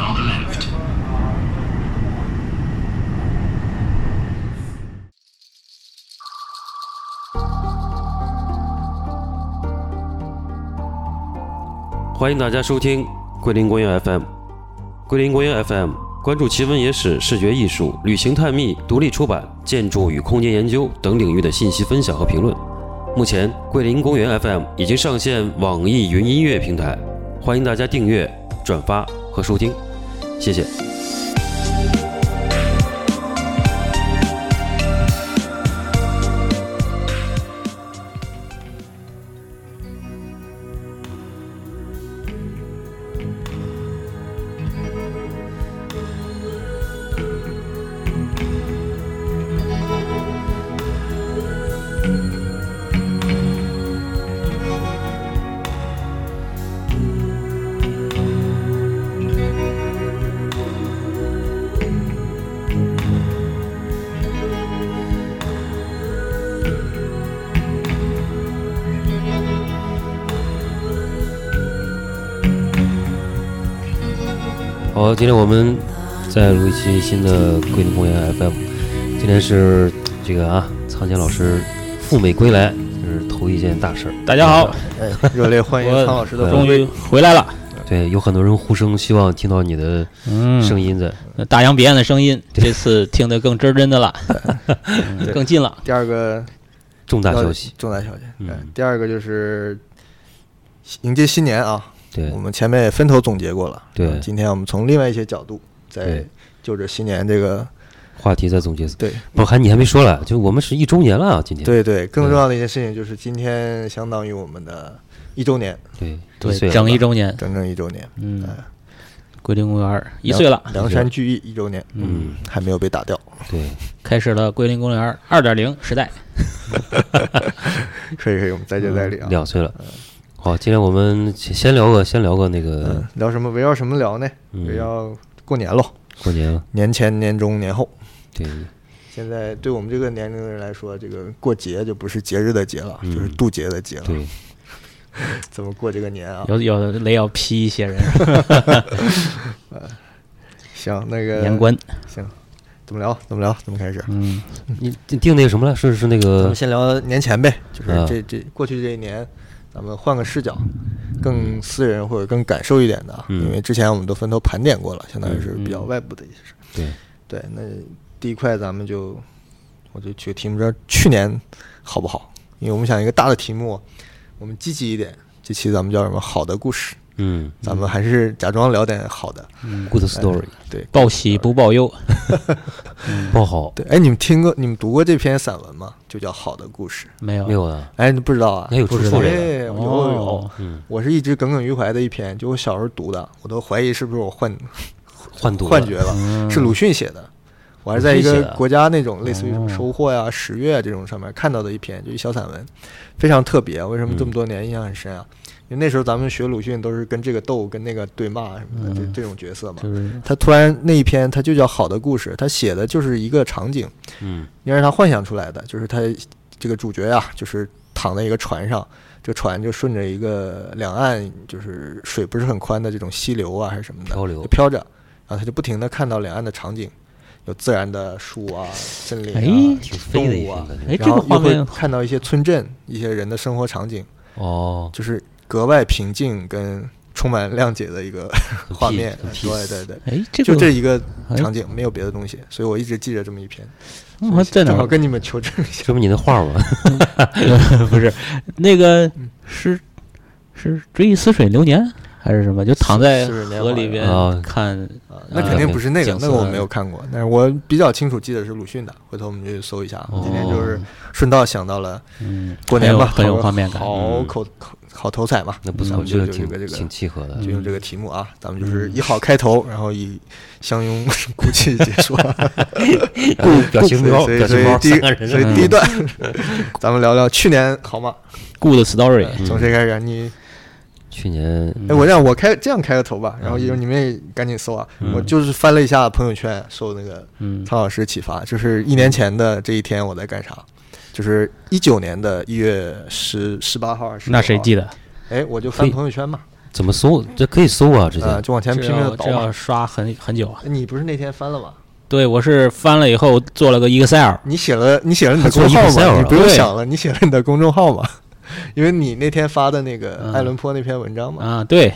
on the left. 欢迎大家收听桂林公园 FM。桂林公园 FM 关注奇闻野史、视觉艺术、旅行探秘、独立出版、建筑与空间研究等领域的信息分享和评论。目前，桂林公园 FM 已经上线网易云音乐平台，欢迎大家订阅、转发和收听，谢谢。好，今天我们再录一期新的桂林公园 FM。今天是这个苍坚老师赴美归来，就是头一件大事。 大家好， 热烈欢迎苍老师的终于回来了。 对，有很多人呼声希望听到你的声音在。 大洋彼岸的声音，这次听得更真的了，更近了。 第二个重大消息， 第二个就是迎接新年啊。 对， 我们前面也分头总结过了。 对， 今天我们从另外一些角度，再就着新年这个话题再总结。 对， 不，你还没说了，就我们是1周年了啊，今天。 对，更重要的一件事情就是今天相当于我们的1周年。 对，整1周年， 整1周年。 桂林公园1岁了， 梁山聚义1周年。还没有被打掉。 对， 开始了桂林公园2.0时代。 可以，我们再接再厉啊 ！2岁了。好，今天我们先聊个那个， 聊什么？围绕什么聊呢？围绕过年喽。 过年了， 年前、年中、年后。 对。 现在对我们这个年龄的人来说，这个过节就不是节日的节了，就是渡劫的劫了。 对。 怎么过这个年啊？ 有的雷要批一些人。 行，那个年关。 行，怎么聊？怎么开始？ 你定那个什么了？是那个？ 咱们先聊年前呗，就是这过去这一年。咱们换个视角，更私人或者更感受一点的，因为之前我们都分头盘点过了，相当于是比较外部的一些事。对，那第一块我就取个题目说去年好不好？因为我们想一个大的题目，我们积极一点，这期咱们叫什么？好的故事。咱们还是假装聊点好的 ，good story。 对， 报喜不报忧， 报好。 对，你们读过这篇散文吗？就叫《好的故事》。 没有啊。 你不知道啊？ 还有出处这个？ 有。我是一直耿耿于怀的一篇，就我小时候读的，我都怀疑是不是我幻觉了。是鲁迅写的。我还是在一个国家那种类似于什么收获呀、十月这种上面看到的一篇，就一小散文，非常特别。为什么这么多年印象很深啊？因为那时候咱们学鲁迅都是跟这个斗、跟那个对骂什么的，这种角色嘛。他突然那一篇，他就叫《好的故事》，他写的就是一个场景，应该是他幻想出来的，就是他这个主角呀，就是躺在一个船上，这个船就顺着一个两岸就是水不是很宽的这种溪流啊还是什么的就飘着，然后他就不停地看到两岸的场景。有自然的树啊、森林啊、动物啊，然后又会看到一些村镇、一些人的生活场景，就是格外平静跟充满谅解的一个画面。对，就这一个场景，没有别的东西，所以我一直记着这么一篇。 我在哪？ 正好跟你们求证一下， 这不你的画吗？ 不是，那个是追忆似水流年。还是什么？就躺在河里边看， 那肯定不是那个我没有看过，但是我比较清楚记得是鲁迅的，回头我们去搜一下。今天就是顺道想到了，过年吧， 很有画面感， 好头彩嘛。 那不错， 这个挺契合的， 就用这个题目啊，咱们就是以好开头，然后以相拥哭泣结束。 表情包， 所以第一段，咱们聊聊去年好吗 ？Good story， 从谁开始？你。 去年， 我让我这样开个头吧，然后一会儿你们也赶紧搜啊。我就是翻了一下朋友圈，受那个苍老师启发，就是1年前的这一天我在干啥，就是19年的1月18号、29号。 那谁记得？ 我就翻朋友圈嘛。 怎么搜？这可以搜啊，直接就往前拼命的倒。 这要刷很久。 你不是那天翻了吗？ 对，我是翻了以后做了个 Excel。 你写了你的公众号吗？你不用想了，你写了你的公众号嘛？因为你那天发的那个爱伦坡那篇文章嘛。 啊，对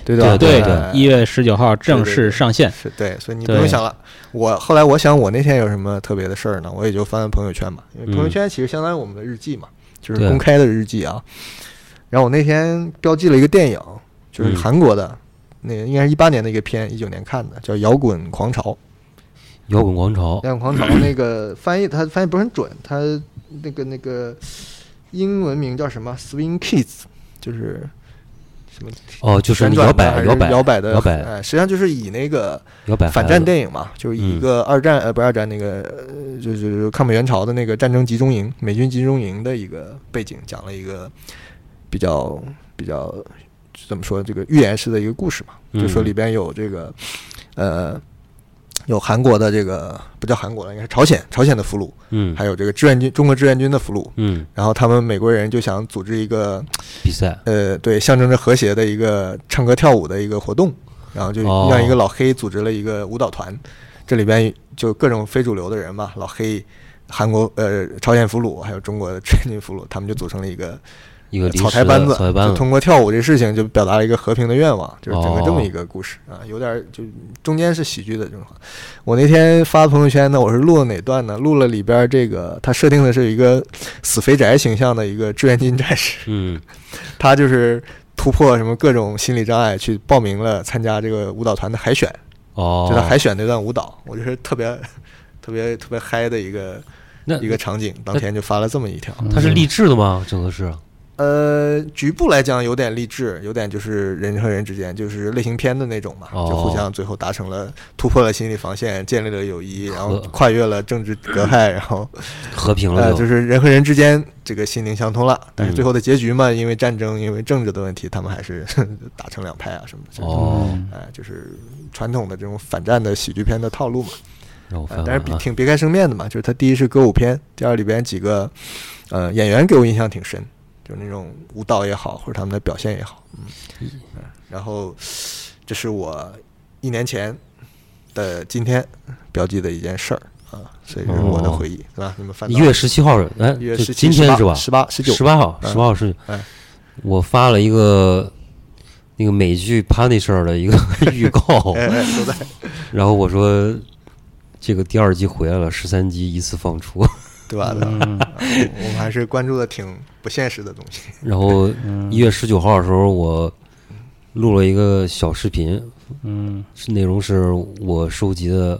，1月19号正式上线。 是对，所以你不用想了。后来我想，我那天有什么特别的事儿呢？我也就翻朋友圈嘛，因为朋友圈其实相当于我们的日记嘛，就是公开的日记啊。然后我那天标记了一个电影，就是韩国的，那个应该是18年的一个片，19年看的，叫《摇滚狂潮》。 摇滚狂潮， 摇滚狂潮那个翻译，它翻译不是很准，它那个英文名叫什么 ？Swing Kids， 就是什么？ 就是摇摆的， 实际上就是以那个反战电影嘛，就是以一个不是二战那个就是抗美援朝的那个战争集中营、美军集中营的一个背景，讲了一个比较怎么说这个寓言式的一个故事嘛，就说里边有这个有韩国的这个不叫韩国了，应该是朝鲜的俘虏，还有这个中国志愿军的俘虏，然后他们美国人就想组织一个比赛， 对，象征着和谐的一个唱歌跳舞的一个活动，然后就让一个老黑组织了一个舞蹈团，这里边就各种非主流的人嘛，老黑、韩国朝鲜俘虏还有中国的志愿军俘虏，他们就组成了一个草台班子，就通过跳舞这事情就表达了一个和平的愿望，就是整个这么一个故事啊，有点就中间是喜剧的这种。我那天发朋友圈呢，我是录了哪段呢？录了里边这个他设定的是一个死肥宅形象的一个志愿军战士，他就是突破什么各种心理障碍去报名了参加这个舞蹈团的海选，就他海选那段舞蹈，我就是特别嗨的一个场景，当天就发了这么一条。 他是励志的吗？整个是？ 局部来讲有点励志，有点就是人和人之间就是类型片的那种嘛，就互相最后达成了突破了心理防线，建立了友谊，然后跨越了政治隔阂，然后和平了， 就是人和人之间这个心灵相通了。但是最后的结局嘛，因为战争，因为政治的问题，他们还是打成两派啊什么的。就是传统的这种反战的喜剧片的套路嘛。但是挺别开生面的嘛，就是他第一是歌舞片，第二里边几个演员给我印象挺深。就那种舞蹈也好，或者他们的表现也好，然后这是我1年前的今天标记的一件事儿啊，所以这是我的回忆，对吧？你们翻到 1月17号， 1月17， 今天是吧 ？18 号是，我发了一个那个美剧《Punisher》的一个预告，然后我说这个第2季回来了，13集一次放出。 对吧？我们还是关注的挺不现实的东西。 然后1月19号的时候，我录了一个小视频，内容是我收集的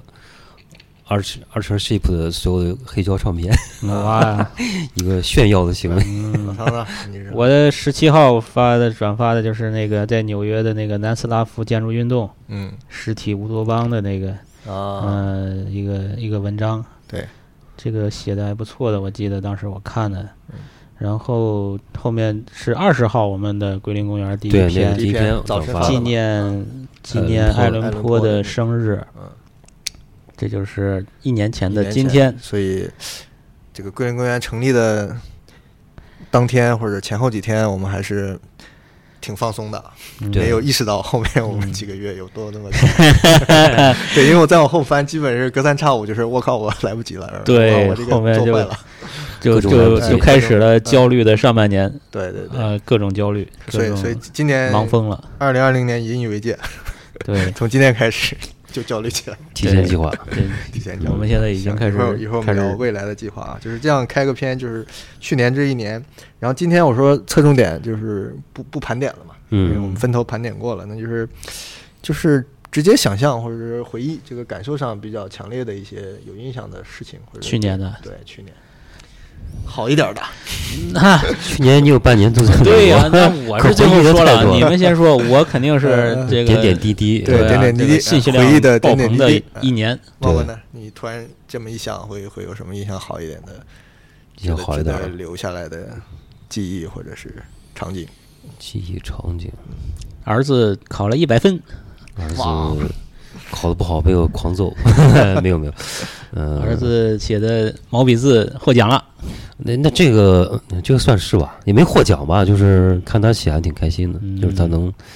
Archer Shape 的所有的黑胶唱片，一个炫耀的行为。 我的17号转发的就是那个在纽约的那个南斯拉夫建筑运动，实体乌托邦的那个一个文章， 对。 这个写的还不错的，我记得当时我看的。然后后面是20号，我们的桂林公园第一篇纪念爱伦坡的生日。这就是1年前的今天。 所以这个桂林公园成立的当天或者前后几天，我们还是挺放松的，没有意识到后面我们几个月有多那么对，因为我再往后翻，基本是隔3差5，就是我靠，我来不及了。 对， 我这个后面做坏了， 就开始了焦虑的上半年。 对， 各种焦虑， 所以今年忙疯了。 2020年引以为戒， 对， 从今天开始就焦虑起来， 提前计划， 提前计划。 我们现在已经开始， 一会儿我们聊未来的计划啊，就是这样开个篇，就是去年这1年，然后今天我说侧重点就是不盘点了嘛，因为我们分头盘点过了，那就是直接想象或者是回忆这个感受上比较强烈的一些有印象的事情，或者去年的， 对，去年好一点的。 去年你有半年都在对呀，那我是最后说了，你们先说，我肯定是这个点点滴滴， 对，点点滴滴， 信息量回忆的点点滴滴 1年。 问问呢？你突然这么一想，会有什么印象好一点的？ 印象好一点留下来的记忆或者是场景？ 记忆场景。 儿子考了100分， 儿子考得不好被我狂揍，没有， 儿子写的毛笔字获奖了。 那这个算是吧，也没获奖吧，就是看他写还挺开心的，就是他能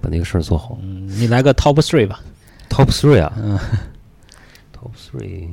把那个事儿做好。 你来个 top 3吧。 top 3啊，top 3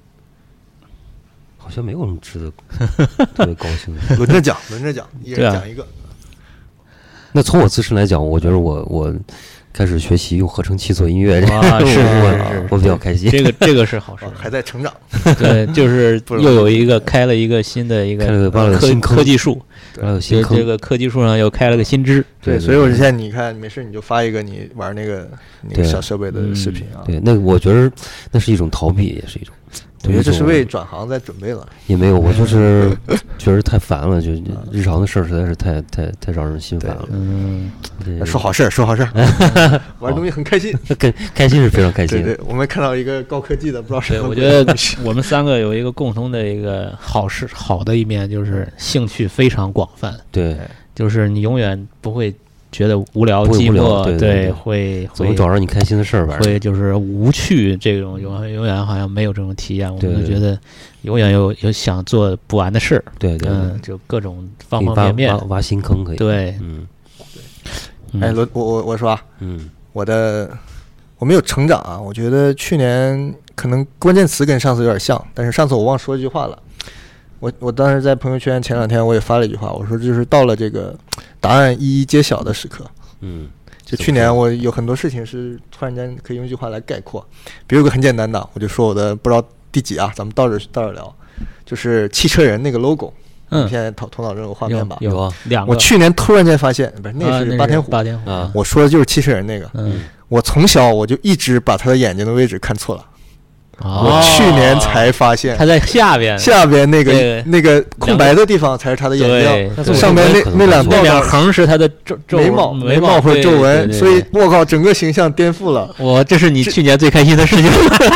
好像没有什么值得特别高兴的。 轮着讲，一人讲一个。 那从我自身来讲，我觉得我开始学习用合成器做音乐， 是我比较开心。 这个是好事， 还在成长。 对，就是又有一个开了一个新的一个科技树，这个科技树上又开了个新枝。 对，所以我之前你看没事你就发一个你玩那个小设备的视频啊。 对，那我觉得那是一种逃避，也是一种。 我觉得这是为转行在准备了。 也没有，我就是觉得太烦了，就日常的事儿实在是太让人心烦了。 说好事儿，玩东西很开心， 开心是非常开心。 对，我们看到一个高科技的，不知道什么。 我觉得我们3个有一个共同的一个好的一面，就是兴趣非常广泛。 对， 就是你永远不会觉得无聊寂寞，对，会总找着你开心的事儿吧， 会就是无趣这种永远好像没有这种体验，我们就觉得永远有想做不完的事儿， 对， 就各种方方面面挖新坑可以， 对， 哎，我说啊，我没有成长啊，我觉得去年可能关键词跟上次有点像，但是上次我忘说一句话了。我当时在朋友圈前2天我也发了一句话，我说就是到了这个答案一一揭晓的时刻。就去年我有很多事情是突然间可以用一句话来概括，比如有个很简单的，我就说我的不知道第几啊，咱们倒着聊，就是汽车人那个 logo。现在头脑中有画面吧？ 有2个。 我去年突然间发现，不是，那是八天虎。我说的就是汽车人那个。我从小我就一直把他的眼睛的位置看错了。我去年才发现， 他在下边那个空白的地方才是他的眼睛，上面那两横是他的眉毛或者皱纹，所以我靠，整个形象颠覆了。 这是你去年最开心的事情。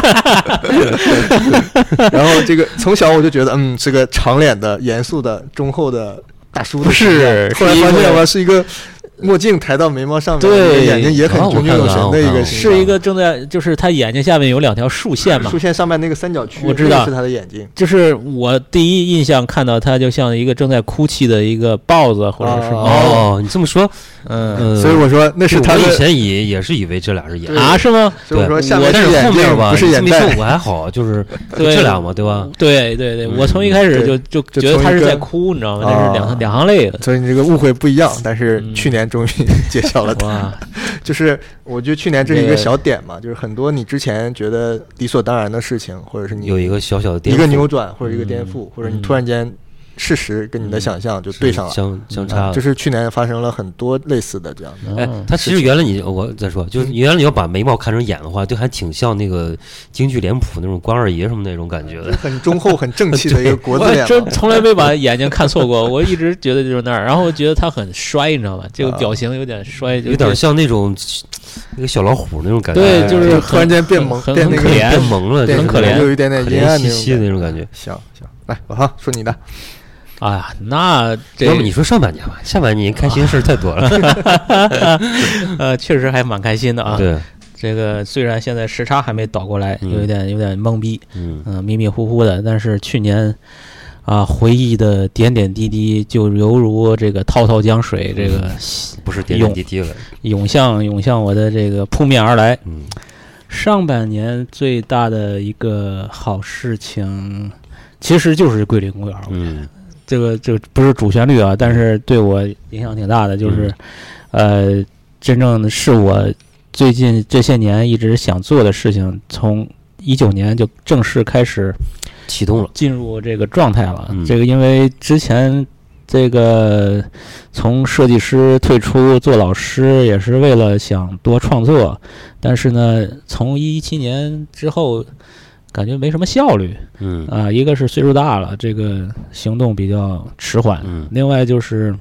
然后这个从小我就觉得，是个长脸的、严肃的、忠厚的大叔的形象，后来发现是一个。墨镜抬到眉毛上面， 对， 眼睛也很炯炯有神的一个形象， 是一个就是他眼睛下面有2条竖线嘛， 竖线上面那个三角区， 我知道是他的眼睛。 就是我第一印象看到他就像一个正在哭泣的一个豹子或者是猫。你这么说， 所以我说那是他。 我以前也是以为这俩是眼啊，是吗？ 所以我说下面是后面吧， 不是眼袋。 我还好，就是这俩嘛，对吧？ 对，我从一开始就觉得他是在哭，你知道吗？那是两行泪的。 所以你这个误会不一样，但是去年终于揭晓了。就是我觉得去年这是一个小点嘛，就是很多你之前觉得理所当然的事情，或者是你有一个小小的颠覆， 一个扭转或者一个颠覆，或者你突然间事实跟你的想象就对上了， 相差了。 就是去年发生了很多类似的这样的。 他其实原来我再说，就是原来你要把眉毛看成眼的话，就还挺像那个京剧脸谱那种关二爷什么那种感觉的， 很忠厚、很正气的一个国字脸。 我真从来没把眼睛看错过，我一直觉得就是那儿，然后觉得他很衰，你知道吗？这个表情有点衰， 有点像那种那个小老虎那种感觉。 对，就是突然间变萌， 很可怜， 变萌了， 很可怜， 有一点点阴暗兮兮的那种感觉。 行，来，老汤说你的。 哎呀，那要不你说上半年吧，下半年开心事太多了。 确实还蛮开心的啊。 对， 这个虽然现在时差还没倒过来，有点懵逼，迷迷糊糊的，但是去年回忆的点点滴滴就犹如这个滔滔江水，这个不是点点滴滴了， 涌向我的这个扑面而来。上半年最大的一个好事情，其实就是桂林公园。这个不是主旋律啊，但是对我影响挺大的，就是真正是我最近这些年一直想做的事情，从19年就正式开始启动了， 进入这个状态了。这个因为之前这个从设计师退出做老师，也是为了想多创作，但是呢，从17年之后。感觉没什么效率，一个是岁数大了，这个行动比较迟缓，另外就是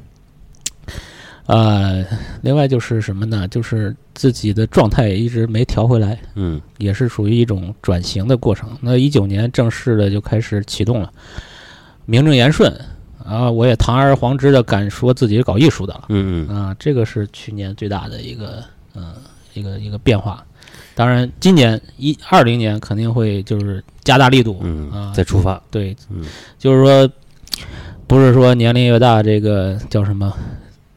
什么呢？就是自己的状态也一直没调回来，也是属于一种转型的过程。那19年正式的就开始启动了，名正言顺我也堂而皇之的敢说自己搞艺术的了，这个是去年最大的一个变化。当然，今年20年肯定会就是加大力度， 再出发。 对，就是说，不是说年龄越大，这个叫什么，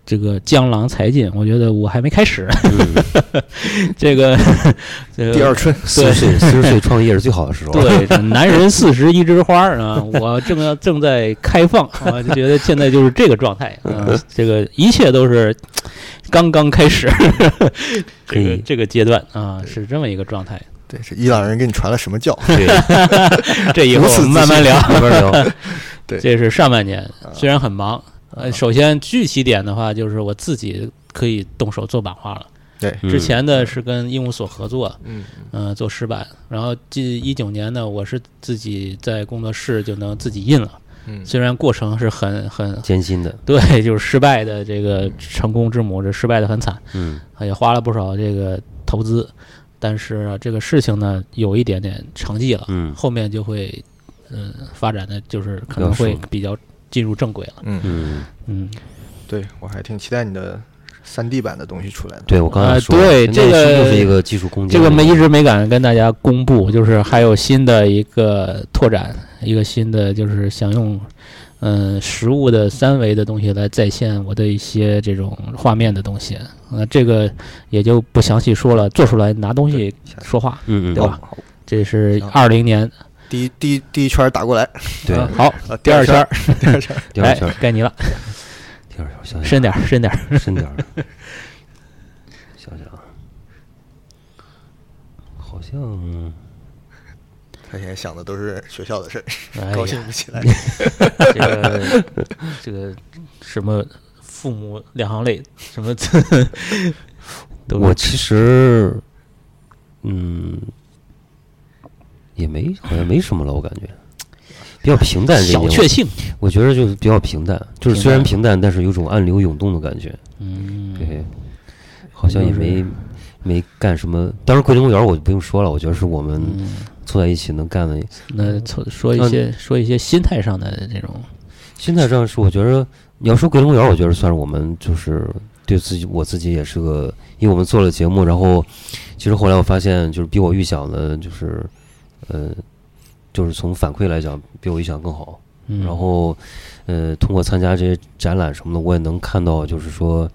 这个江郎才尽，我觉得我还没开始。这个第二春 ，40岁创业是最好的时候。 对，男人40一枝花啊，我正在开放啊，就觉得现在就是这个状态啊，这个一切都是刚刚开始，这个阶段啊，是这么一个状态。 对，是伊朗人给你传了什么教？ 对，这以后我们慢慢聊， 慢慢聊。 对， 这是上半年，虽然很忙。首先具体点的话，就是我自己可以动手做版画了。 对， 之前的是跟印务所合作，做石版，然后19年呢，我是自己在工作室就能自己印了。虽然过程是很艰辛的， 对，就是失败的这个成功之母，这失败的很惨，也花了不少这个投资，但是这个事情呢有一点点成绩了，后面就会发展的就是可能会比较进入正轨了。 对，我还挺期待你的3D 版的东西出来的。 对，我刚才说， 对，这个又是一个技术空间， 这个一直没敢跟大家公布，就是还有新的一个拓展，一个新的就是想用实物的3维的东西来再现我的一些这种画面的东西。这个也就不详细说了，做出来拿东西说话，对吧？这是20年。 第一圈打过来， 对， 好，第二圈， 来， 该你了。 第二圈， 深点， 想想，好像他现在想的都是学校的事儿，高兴不起来。 这个什么父母2行泪，什么我其实好像没什么了，我感觉比较平淡。 小确幸， 我觉得就是比较平淡，就是虽然平淡，但是有种暗流涌动的感觉。对，好像也没干什么。当然，桂林公园我就不用说了，我觉得是我们凑在一起能干的。 那说一些心态上的这种。 心态上是，我觉得你要说桂林公园，我觉得算是我们就是对我自己也是个，因为我们做了节目，然后其实后来我发现，就是比我预想的，就是从反馈来讲，比我预想更好。然后，通过参加这些展览什么的，我也能看到，就是说，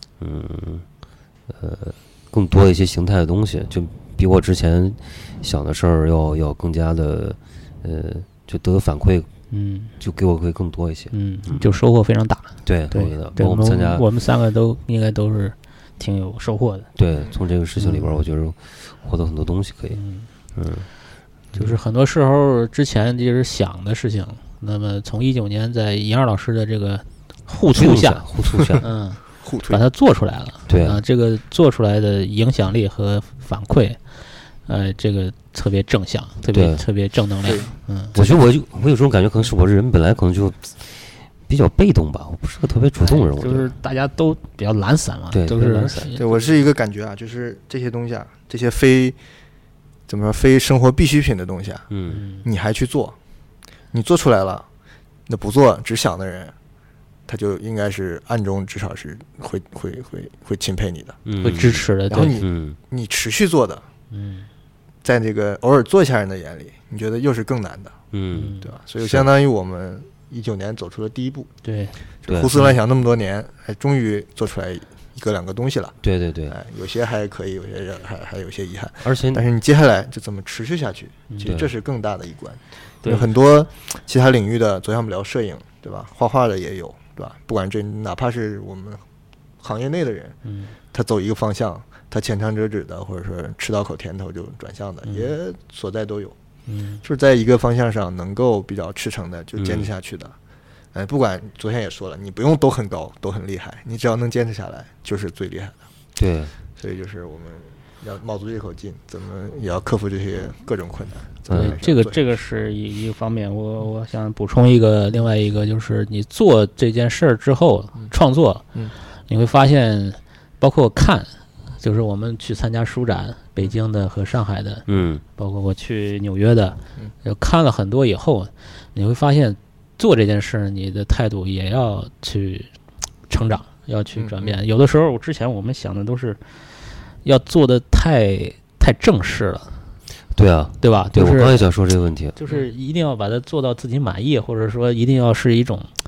更多的一些形态的东西，就比我之前想的事儿要更加的，就得反馈，就给我会更多一些， 就收获非常大。 对，我觉得我们参加， 我们3个都应该都是挺有收获的。 对，从这个事情里边，我觉得获得很多东西可以， 就是很多时候之前就是想的事情，那么从19年在尹二老师的这个互促下， 互推把它做出来了。 对这个做出来的影响力和反馈，这个特别正向，特别正能量。 我觉得我有这种感觉，可能是我这人本来可能就比较被动吧，我不是个特别主动人物， 就是大家都比较懒散嘛， 对， 都是懒散。 对，我是一个感觉啊，就是这些东西啊，这些非生活必需品的东西啊，你还去做，你做出来了，那不做只想的人，他就应该是暗中至少是会钦佩你的， 会支持的。 然后你持续做的，在这个偶尔做一下人的眼里，你觉得又是更难的，对吧？所以相当于我们19年走出了第一步， 对， 胡思乱想那么多年，终于做出来1个2个东西了。 对， 有些还可以，有些还有些遗憾。但是你接下来就怎么持续下去？其实这是更大的一关。有很多其他领域的，昨天我们聊摄影，对吧？画画的也有，对吧？不管这哪怕是我们行业内的人，他走一个方向，他浅尝辄止的，或者说吃到口甜头就转向的，也所在都有。就是在一个方向上能够比较赤诚的就坚持下去的。不管昨天也说了，你不用都很高都很厉害，你只要能坚持下来就是最厉害的。 对， 所以就是我们要冒足这口劲，怎么也要克服这些各种困难。 这个是一个方面。我想补充另外一个，就是你做这件事儿之后，创作，你会发现，包括看，就是我们去参加书展，北京的和上海的，包括我去纽约的，看了很多以后，你会发现做这件事，你的态度也要去成长，要去转变。有的时候，之前我们想的都是要做的太正式了。 对啊， 对吧？ 对，我刚才想说这个问题， 就是一定要把它做到自己满意，或者说一定要是一种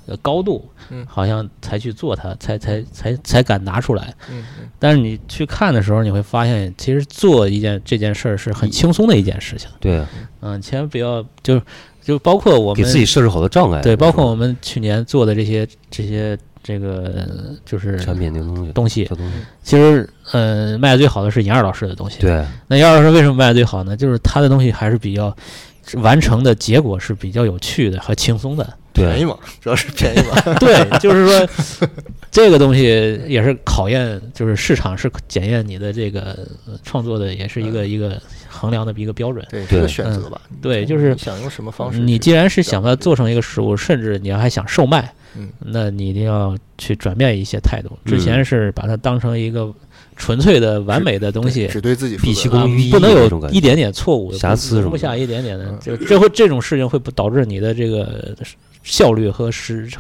高度，好像才去做它，才敢拿出来。但是你去看的时候，你会发现，其实做这件事儿是很轻松的一件事情。 对， 千万不要就包括我们给自己设置好的障碍。 对，包括我们去年做的这些这个就是产品的东西，其实卖的最好的是尹二老师的东西。 对， 那尹二老师为什么卖的最好呢？就是他的东西还是比较完成的结果是比较有趣的和轻松的。 便宜嘛，主要是便宜嘛。 对，就是说这个东西也是考验，就是市场是检验你的这个创作的，也是一个衡量的一个标准。 对，这个选择吧。 对，就是想用什么方式。 你既然是想把它做成一个食物，甚至你要还想售卖，那你一定要去转变一些态度。之前是把它当成一个纯粹的完美的东西， 只对自己毕其功于一， 不能有一点点错误瑕疵， 不下一点点的，这种事情会导致你的这个效率和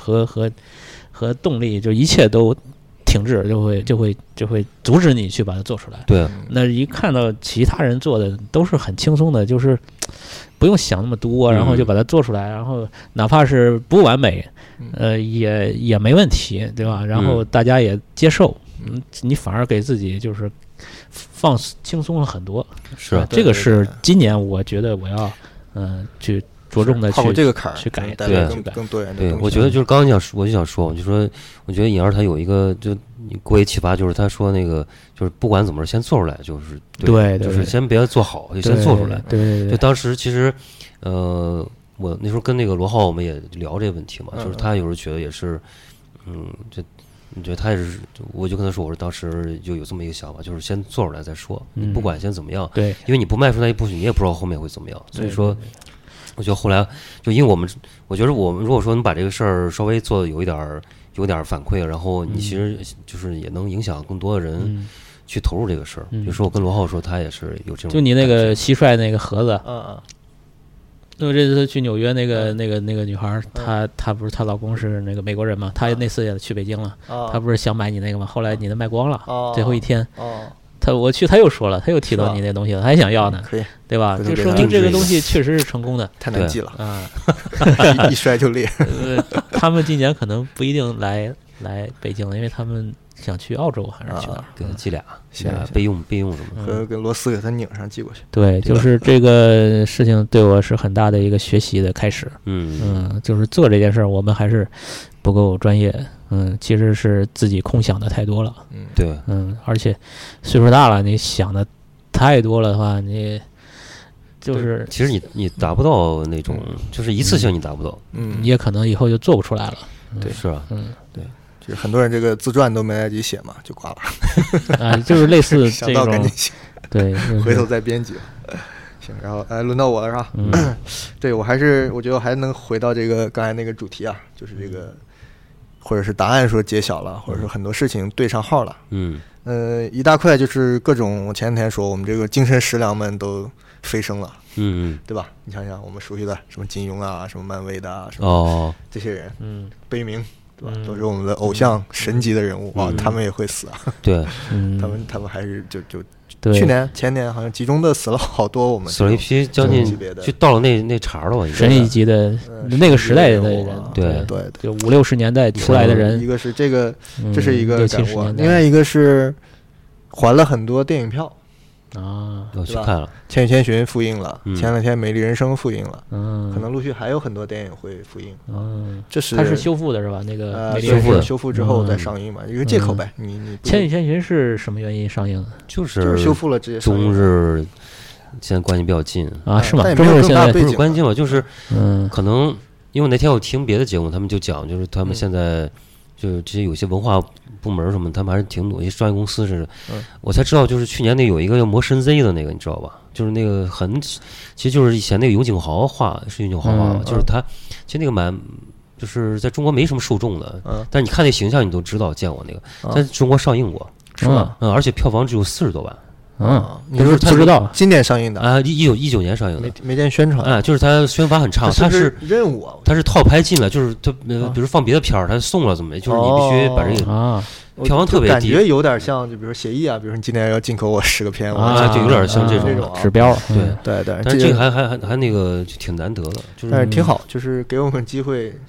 动力，就一切都停滞，就会阻止你去把它做出来。 对， 那一看到其他人做的都是很轻松的，就是不用想那么多，然后就把它做出来，然后哪怕是不完美，也没问题，对吧？然后大家也接受。你反而给自己就是放轻松了很多， 是这个是今年我觉得我要去着重的去跨过这个坎儿， 去改， 对，更多元的。 对，我觉得就是刚刚我就想说，我觉得尹二他有一个就给我启发，就是他说那个就是不管怎么先做出来，就是对， 就是先别做好，就先做出来。 对， 就当时其实我那时候跟那个罗浩我们也聊这个问题嘛，就是他有时候觉得也是，就。你觉得他也是，我就跟他说，我说当时就有这么一个想法，就是先做出来再说，你不管先怎么样， 对， 因为你不迈出那一步，你也不知道后面会怎么样。所以说，我觉得后来就因为我觉得我们如果说能把这个事儿稍微做的有点反馈，然后你其实就是也能影响更多的人去投入这个事儿。比如说我跟罗浩说，他也是有这种， 就你那个蟋蟀那个盒子，因为这次去纽约那个女孩，她不是她老公是那个美国人嘛，她那次也去北京了，她不是想买你那个嘛，后来你的卖光了，最后一天，我去，她又说了，她又提到你那东西了，她还想要呢，对吧？就说明这个东西确实是成功的， 太难记了啊， 一摔就裂。 他们今年可能不一定来北京了，因为他们想去澳洲还是去哪儿？ 给他寄俩备用什么和跟螺丝给他拧上寄过去。 对，就是这个事情对我是很大的一个学习的开始。就是做这件事儿，我们还是不够专业。其实是自己空想的太多了。 对。 而且岁数大了，你想的太多了的话，你就是其实你达不到那种，就是一次性你达不到。 你也可能以后就做不出来了。 对， 是吧？ 对。就是很多人这个自传都没来得及写嘛，就挂了。 就是类似这种， 想到赶紧写， 对， 回头再编辑。行，然后轮到我了是吧？对，我觉得我还能回到这个刚才那个主题啊，就是这个，或者是答案说揭晓了，或者说很多事情对上号了。一大块就是各种，我前两天说我们这个精神食粮们都飞升了。对吧？你想想我们熟悉的什么金庸啊，什么漫威的啊，什么这些人，悲鸣。对吧？都是我们的偶像神级的人物啊，他们也会死啊。 对， 他们还是就去年前年好像集中的死了好多，我们死了一批将近就到了那茬了吧， 神一级的那个时代的人， 对， 就50-60年代出来的人， 一个是这个，这是一个感悟，另外一个是还了很多电影票。 我去看了《 千与千寻》复映了，前两天《美丽人生》复映了，可能陆续还有很多电影会复映。这是它是修复的是吧？那个修复之后再上映嘛，一个借口呗。你 《千与千寻》是什么原因上映的？ 就是修复了这些。 中日现在关系比较近啊，是吗？ 中日现在不是关系嘛，就是可能因为那天我听别的节目，他们就讲，就是他们现在。就这些有些文化部门什么，他们还是挺努力。商业公司是，我才知道，就是去年那有一个叫魔神 Z 的那个，你知道吧？就是那个其实就是以前那个永井豪画，是永井豪画，就是他，其实那个就是在中国没什么受众的，但是你看那形象，你都知道见过那个，在中国上映过， 是吗？ 而且票房只有40多万。 你说不知道， 今年上映的啊，19年上映的， 没见宣传啊，就是它宣发很差，它是任务啊， 它是套拍进了，就是它比如放别的片儿，它送了怎么，就是你必须把这个票房特别低， 感觉有点像，就比如说协议啊，比如说你今年要进口我10个片， 就有点像这种指标， 对，但是这个还那个就挺难得的，就是但是挺好，就是给我们机会。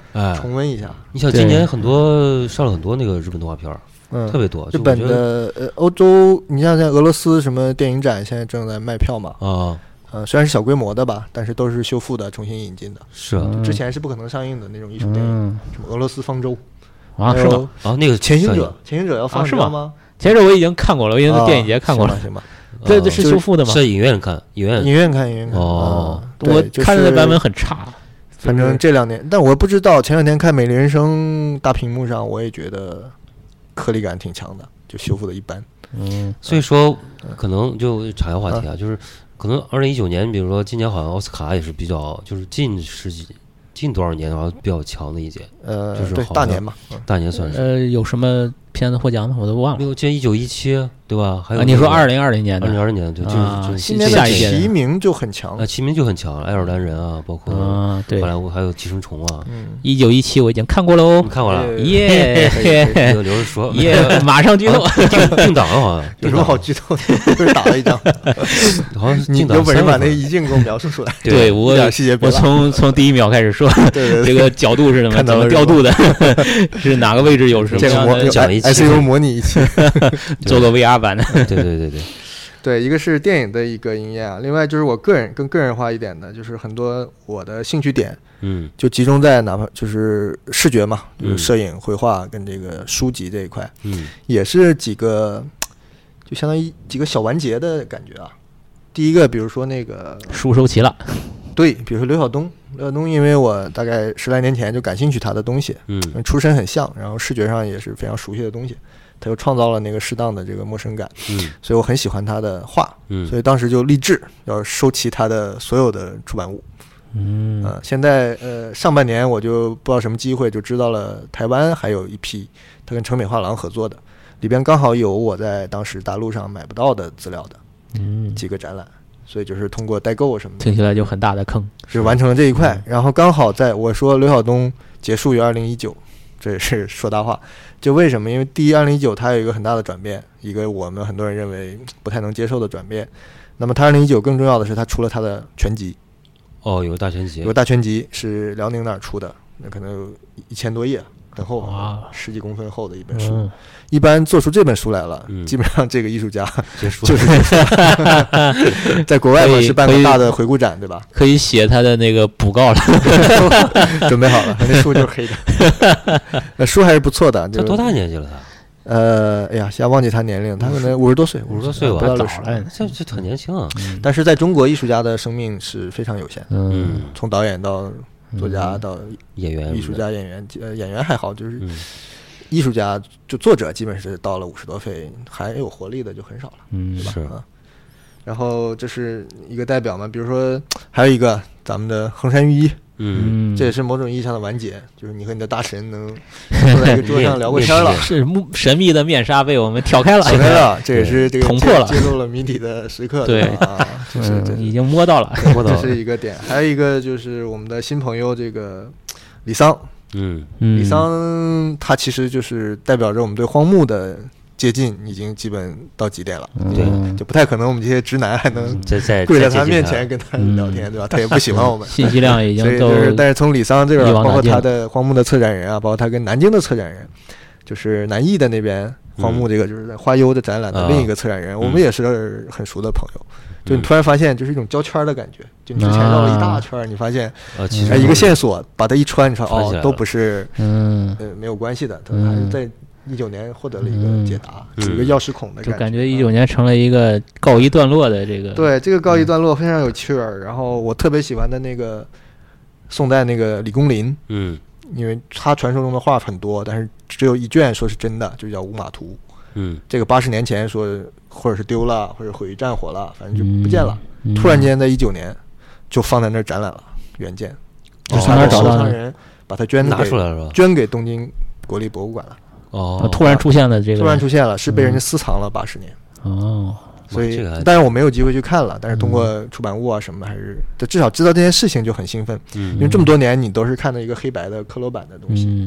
重温一下。 你像今年上了很多那个日本动画片，特别多。 日本的欧洲，你像俄罗斯什么电影展现在正在卖票嘛虽然是小规模的吧，但是都是修复的，重新引进的。 是之前是不可能上映的那种艺术电影，什么俄罗斯方舟是吗？ 那个潜行者要放是吗？潜行者我已经看过了，我已经在电影节看过了， 行吧？ 这是修复的吗？ 在影院看，影院看。 我看的那版本很差。 反正这2年，但我不知道，前2天看《美丽人生》大屏幕上，我也觉得颗粒感挺强的，就修复的一般。 所以说可能就岔开话题就是可能2019年，比如说今年好像奥斯卡也是比较，就是近多少年好像比较强的一届，就是对大年嘛， 大年算是。 有什么片子获奖的我都忘了。 没有，今年1917对吧？还有你说2020年的 ，2020年对，就是今年的提名就很强， 提名就很强，爱尔兰人啊，包括对， 后来还有寄生虫啊。 1917我已经看过喽， 看过了， 耶！ 留着说， 耶！马上剧透， 定档了好像， 有什么好剧透的？就是打了一张， 好像你有本事把那一镜给我描述出来。 对，我从第一秒开始说，这个角度是怎么调度的，是哪个位置有什么样的讲一期 ICU 模拟一期， 做个 VR 版的。 对，一个是电影的一个经验啊，另外就是我更个人化一点的，就是很多我的兴趣点，就集中在哪怕就是视觉嘛，就是摄影、绘画跟这个书籍这一块，也是几个就相当于几个小完结的感觉啊。第一个，比如说那个书收齐了， 对，比如说刘晓东，因为我大概10来年前就感兴趣他的东西，出身很像，然后视觉上也是非常熟悉的东西。他又创造了那个适当的这个陌生感，所以我很喜欢他的画，所以当时就立志要收齐他的所有的出版物，现在上半年我就不知道什么机会就知道了台湾还有一批他跟成美画廊合作的，里边刚好有我在当时大陆上买不到的资料的几个展览，所以就是通过代购什么的， 听起来就很大的坑， 是完成了这一块，然后刚好在我说刘晓东结束于2019。这也是说大话，就为什么？因为第一，2019它有一个很大的转变，一个我们很多人认为不太能接受的转变。那么它2019更重要的是，它出了它的全集。 有大全集， 有大全集是辽宁那儿出的，那可能有1000多页，很厚，10几公分厚的一本书。一般做出这本书来了，基本上这个艺术家就是结束了。在国外嘛是办个大的回顾展，对吧？ 可以写他的那个补告了， 准备好了，那书就是黑的。那书还是不错的。 他多大年纪了他？ 哎呀，现在忘记他年龄，他可能50多岁 ，50多岁吧， 不到60， 这很年轻啊。 但是在中国，艺术家的生命是非常有限。从导演到作家到演员、 艺术家、演员还好，就是艺术家就作者基本是到了50多岁还有活力的就很少了，对吧？ 是。 然后这是一个代表嘛，比如说还有一个咱们的横山裕一。这也是某种意义上的完结，就是你和你的大神能坐在一个桌上聊过天了， 是神秘的面纱被我们挑开了， 这也是这个捅破了， 揭露了谜底的时刻， 对就是已经摸到了， 这是一个点。还有一个就是我们的新朋友这个李桑，李桑他其实就是代表着我们对荒木的接近已经基本到极点了，就不太可能我们这些直男还能跪在他面前跟他聊天，对吧？他也不喜欢我们， 信息量已经都。 但是从李桑这边，包括他的荒木的策展人啊，包括他跟南京的策展人，就是南艺的那边荒木这个就是在花优的展览的另一个策展人，我们也是很熟的朋友。就你突然发现，就是一种胶圈的感觉，就你之前绕了一大圈，你发现一个线索把它一穿，你说都不是没有关系的，它还是在19年获得了一个解答，有一个钥匙孔的感觉， 就感觉19年成了一个告一段落的这个。 对，这个告一段落非常有趣儿。然后我特别喜欢的那个宋代那个李公麟，因为他传说中的画很多，但是只有一卷说是真的，就叫《五马图》。这个80年前说或者是丢了，或者毁于战火了，反正就不见了。突然间在19年就放在那儿展览了原件，就从那儿收藏人把它拿出来了， 捐给东京国立博物馆了。 突然出现了这个， 突然出现了，是被人家私藏了80年。所以但是我没有机会去看了，但是通过出版物啊什么的，还是至少知道这件事情就很兴奋。因为这么多年你都是看的一个黑白的刻罗版的东西，突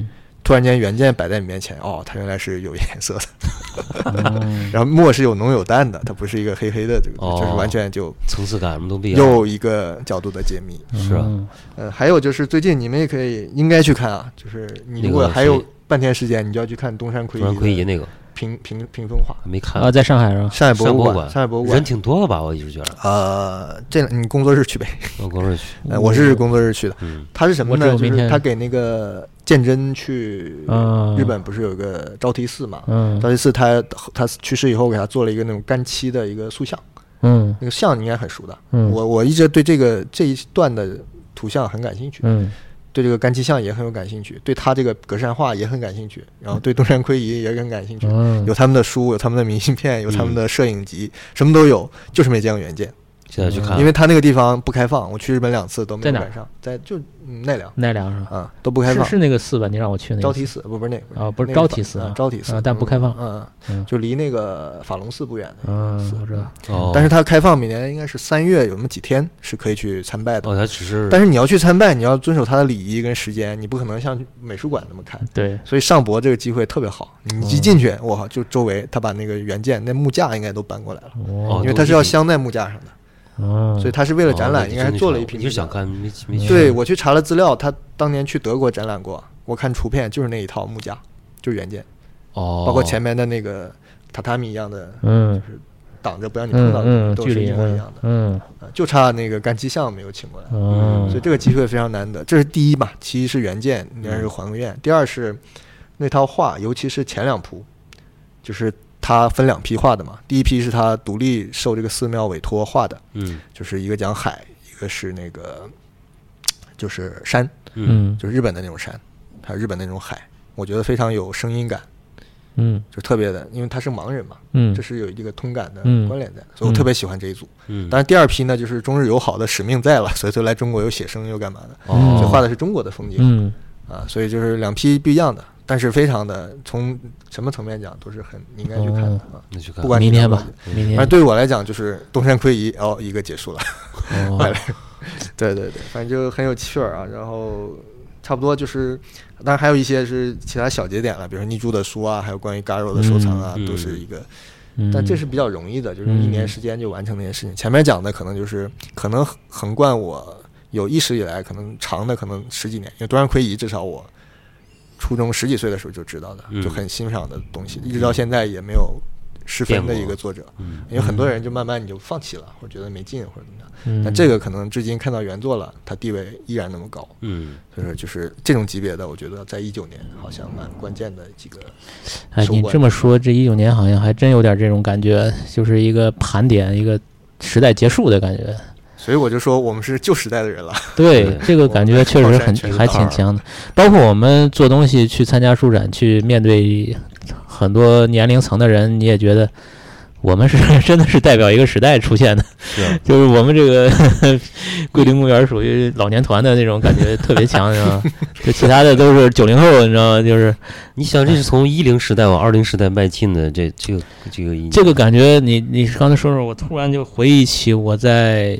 突然间原件摆在你面前，哦，它原来是有颜色的，然后墨是有浓有淡的，它不是一个黑黑的这个，就是完全就层次感什么都不一样， 又一个角度的解密。 是啊， 还有就是最近你们也应该去看啊，就是你如果还有半天时间，你就要去看东山魁夷那个屏风画， 没看啊，在上海是吧？ 上海博物馆人挺多的吧？我一直觉得。这你工作日去呗。 我工作日去。 我是工作日去的。他是什么呢？就是他给那个鉴真去日本，不是有一个招提寺嘛？招提寺他去世以后，给他做了一个那种干漆的一个塑像。那个像你应该很熟的。我一直对这一段的图像很感兴趣。对这个干漆像也很有感兴趣，对他这个格扇画也很感兴趣，然后对东山魁夷也很感兴趣。有他们的书，有他们的明信片，有他们的摄影集，什么都有，就是没见过原件。 现在去看， 因为他那个地方不开放，我去日本2次都没有赶上，在就奈良是吧？ 都不开放。 是那个寺吧？你让我去那个招提寺，不是那个啊，不是招提寺， 招提寺， 但不开放。 就离那个法隆寺不远的。 我知道。 但是它开放每年应该是3月有那么几天是可以去参拜的。 它只是， 但是你要去参拜，你要遵守它的礼仪跟时间，你不可能像美术馆那么看。 对。 所以上博这个机会特别好，你一进去，哇，就周围他把那个原件那木架应该都搬过来了，因为它是要镶在木架上的。所以他是为了展览，应该是做了一批。 你是想看没去？ 对，我去查了资料，他当年去德国展览过，我看图片就是那一套木架，就是原件。包括前面的那个榻榻米一样的，就是挡着不让你碰到的，都是一模一样的。就差那个干漆像没有请过来。所以这个机会非常难得，这是第一嘛。其一是原件，应该是还愿；第二是那套画，尤其是前2幅，就是他分2批画的嘛，第一批是他独立受这个寺庙委托画的，就是一个讲海，一个是那个就是山，就是日本的那种山，还有日本的那种海，我觉得非常有声音感，就特别的，因为他是盲人嘛，这是有一个通感的关联在，所以我特别喜欢这一组。当然第2批呢，就是中日友好的使命在了，所以就来中国又写生又干嘛的，所以画的是中国的风景，所以就是2批不一样的。但是非常的从什么层面讲都是很你应该去看的不管明天吧，明天。 而对我来讲就是东山魁夷一个结束了，对，反正就很有趣啊。然后差不多就是，当然还有一些是其他小节点了，比如说尼珠的书啊，还有关于 Garo 的收藏啊，都是一个。但这是比较容易的，就是1年时间就完成那件事情。前面讲的可能横贯我有意识以来可能长的可能10几年，因为东山魁夷至少我初中10几岁的时候就知道的，就很欣赏的东西，一直到现在也没有失分的一个作者。因为很多人就慢慢你就放弃了，或者觉得没劲或者怎么样。但这个可能至今看到原作了，他地位依然那么高。就是这种级别的，我觉得在19年好像蛮关键的几个。 你这么说，这19年好像还真有点这种感觉，就是一个盘点，一个时代结束的感觉。 所以我就说我们是旧时代的人了。 对，这个感觉确实还挺强的。包括我们做东西去参加书展，去面对很多年龄层的人，你也觉得我们是真的是代表一个时代出现的。就是我们这个桂林公园属于老年团的那种感觉特别强，你知道吗？就其他的都是90后，你知道吗？就是你想，这是从10时代往20时代迈进的这个感觉，你刚才说，我突然就回忆起我在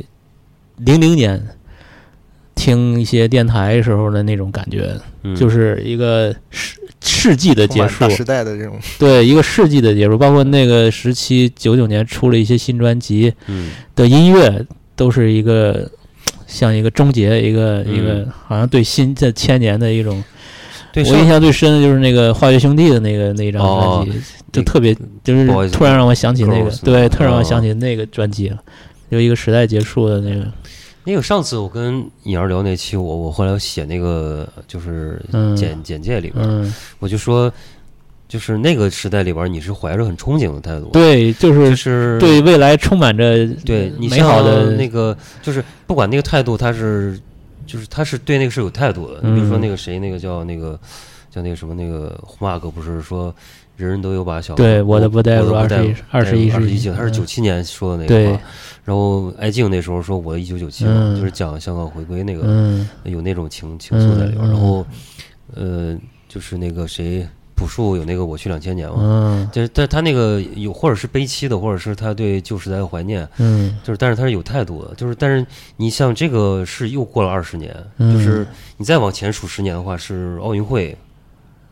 00年听一些电台时候的那种感觉，就是一个世纪的结束， 大时代的这种， 对，一个世纪的结束。包括那个时期99年出了一些新专辑的音乐，都是一个像一个终结，一个好像对新这1000年的一种。我印象最深的就是那个化学兄弟的那一张专辑，就特别就是突然让我想起那个，对，突然让我想起那个专辑了，有一个时代结束的那个。 上次我跟颖儿聊那期，我后来写那个就是简介里边，我就说，就是那个时代里边，你是怀着很憧憬的态度， 对，就是对未来充满着对美好的那个，就是不管那个态度，他是对那个是有态度的。你比如说那个谁，那个叫那个什么那个胡马哥，不是说人人都有把小对我的不带入21世纪， 他是97年说的那个话。然后艾敬那时候说我1997嘛，就是讲香港回归那个，有那种情愫在里边。然后就是那个谁朴树有那个我去2000年嘛，就是但他那个有或者是悲戚的，或者是他对旧时代的怀念，就是但是他是有态度的，就是但是你像这个是又过了20年，就是你再往前数10年的话是奥运会。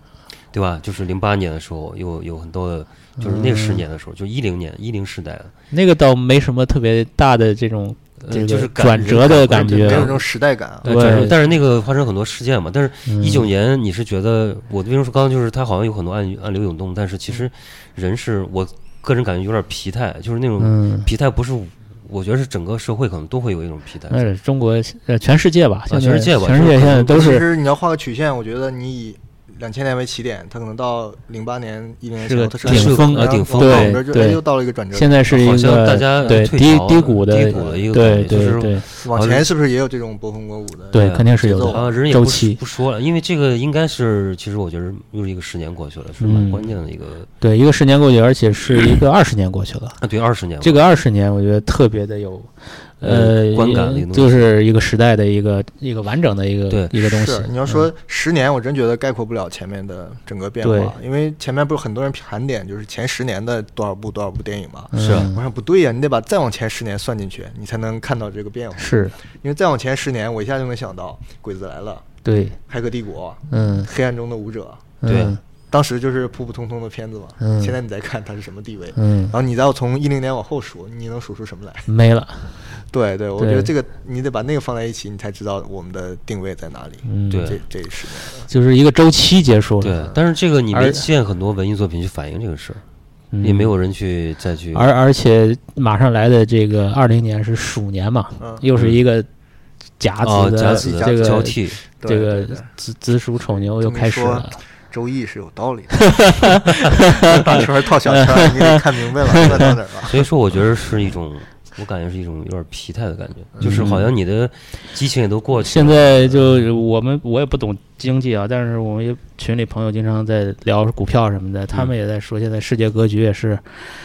对吧？就是08年的时候有很多的，就是那10年的时候，就10时代的那个倒没什么特别大的这种。 就是转折的感觉， 没有这种时代感。 对，但是那个发生很多事件嘛。但是19年，你是觉得我为什么说刚刚就是它好像有很多暗流涌动，但是其实人是我个人感觉有点疲态，就是那种疲态不是，我觉得是整个社会可能都会有一种疲态。 中国全世界吧， 全世界现在都是。 其实你要画个曲线，我觉得你以2000年为起点，它可能到08年、10年前，它是顶峰，对， 又到了一个转折。 现在是一个大家对低谷的一个对， 就是往前是不是也有这种波峰波谷的？ 对，肯定是有的。 人也周期不说了，因为这个应该是，其实我觉得又是一个10年过去了，是蛮关键的一个。 对，一个10年过去，而且是一个20年过去了。 对，20年。 这个20年，我觉得特别的有。 观感就是一个时代的一个完整的一个东西。 你要说10年，我真觉得概括不了前面的整个变化，因为前面不是很多人盘点，就是前10年的多少部电影嘛。 是， 我想不对呀，你得把再往前10年算进去，你才能看到这个变化。 是， 因为再往前10年，我一下就能想到《鬼子来了》， 对， 《骇客帝国》，黑暗中的舞者， 对。 当时就是普普通通的片子嘛，现在你再看它是什么地位，然后你再从10年往后数，你能数出什么来？ 没了。 对，我觉得这个你得把那个放在一起，你才知道我们的定位在哪里。 对， 这10年就是一个周期结束了。 对，但是这个你没见很多文艺作品去反映这个事，也没有人再去。 而且马上来的这个20年是鼠年嘛，又是一个甲子的这个交替， 这个子鼠丑牛又开始了。 周易是有道理的，大圈套小圈，你得看明白了，那到哪儿了？ 所以说，我觉得是一种，我感觉是一种有点疲态的感觉，就是好像你的激情也都过去了。 现在就我也不懂经济啊，但是我们群里朋友经常在聊股票什么的，他们也在说，现在世界格局也是，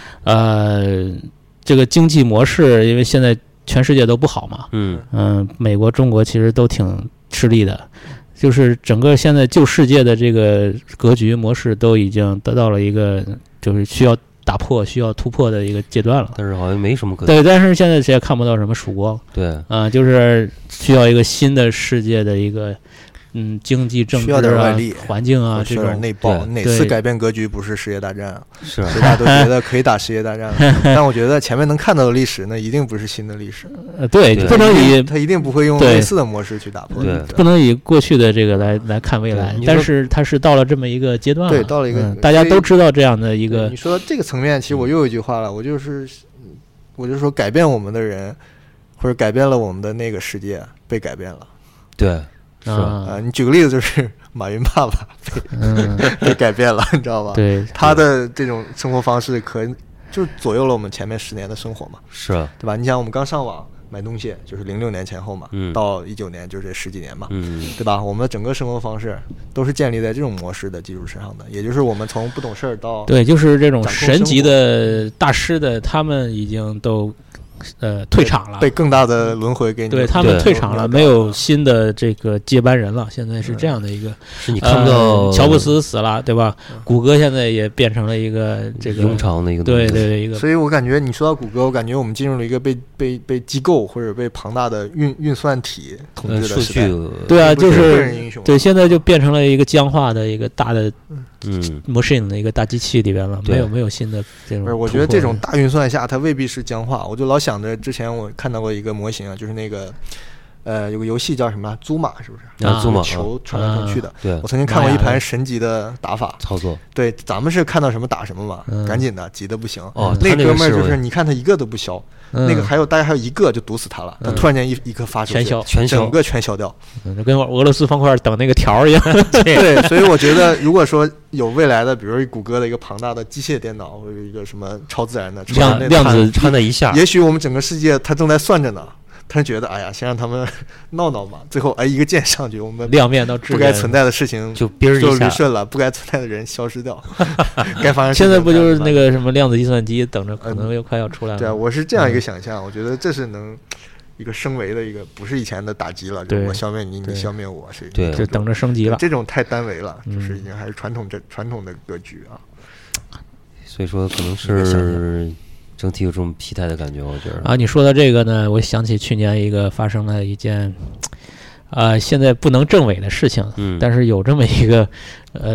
这个经济模式，因为现在全世界都不好嘛，美国、中国其实都挺吃力的。就是整个现在旧世界的这个格局模式都已经得到了一个就是需要打破、需要突破的一个阶段了。 但是好像没什么可对，但是现在谁也看不到什么曙光。 对， 就是需要一个新的世界的一个经济政治啊、环境啊这种内爆。哪次改变格局不是世界大战啊？ 是， 大家都觉得可以打世界大战了，但我觉得前面能看到的历史，那一定不是新的历史。 对，不能以他一定不会用类似的模式去打破。 对， 不能以过去的这个来看未来。但是它是到了这么一个阶段了， 对，到了一个大家都知道这样的一个。 你说这个层面，其实我又有一句话了，我就说改变我们的人，或者改变了我们的那个世界被改变了。 对。 是你举个例子，就是马云爸爸被改变了，你知道吧？ 对， 他的这种生活方式就左右了我们前面10年的生活嘛， 是， 对吧？你想我们刚上网买东西，就是06年前后嘛，到19年就是10几年嘛，对吧？我们的整个生活方式都是建立在这种模式的基础之上的，也就是我们从不懂事儿到对，就是这种神级的大师的，他们已经都。退场了， 被更大的轮回给你。 对，他们退场了，没有新的这个接班人了。现在是这样的一个， 是你看不到乔布斯死了，对吧？谷歌现在也变成了一个这个庸常的一个， 对一个。 所以我感觉你说到谷歌，我感觉我们进入了一个被机构或者被庞大的运算体统治的时代。 对啊，就是对，现在就变成了一个僵化的一个大的machine 的一个大机器里边了，没有新的这种。 我觉得这种大运算下，它未必是僵化。我就老想着之前我看到过一个模型啊，就是那个有个游戏叫什么祖玛，是不是？ 祖玛球传来传去的。 对， 我曾经看过一盘神级的打法操作。 对，咱们是看到什么打什么嘛，赶紧的，急得不行。 那哥们儿就是你看他一个都不消。那个大概还有一个就堵死他了，他突然间一颗发出去，整个全消掉， 跟俄罗斯方块等那个条一样。 对，所以我觉得，如果说有未来的，比如谷歌的一个庞大的机械电脑，或者一个什么超自然的量子掺在一下， 也许我们整个世界它正在算着呢。他觉得，哎呀，先让他们闹闹嘛。最后，一个键上去，我们亮面到不该存在的事情就捋顺了，不该存在的人消失掉。该发生。 现在不就是那个什么量子计算机等着，可能又快要出来了。 对啊，我是这样一个想象，我觉得这是能一个升维的一个，不是以前的打击了，就我消灭你，你消灭我，是对， 就等着升级了。 这种太单维了，就是已经还是传统的格局啊。 所以说，可能是。整体有这种疲态的感觉，我觉得啊，你说到这个呢，我想起去年一个发生了一件，现在不能证伪的事情，但是有这么一个，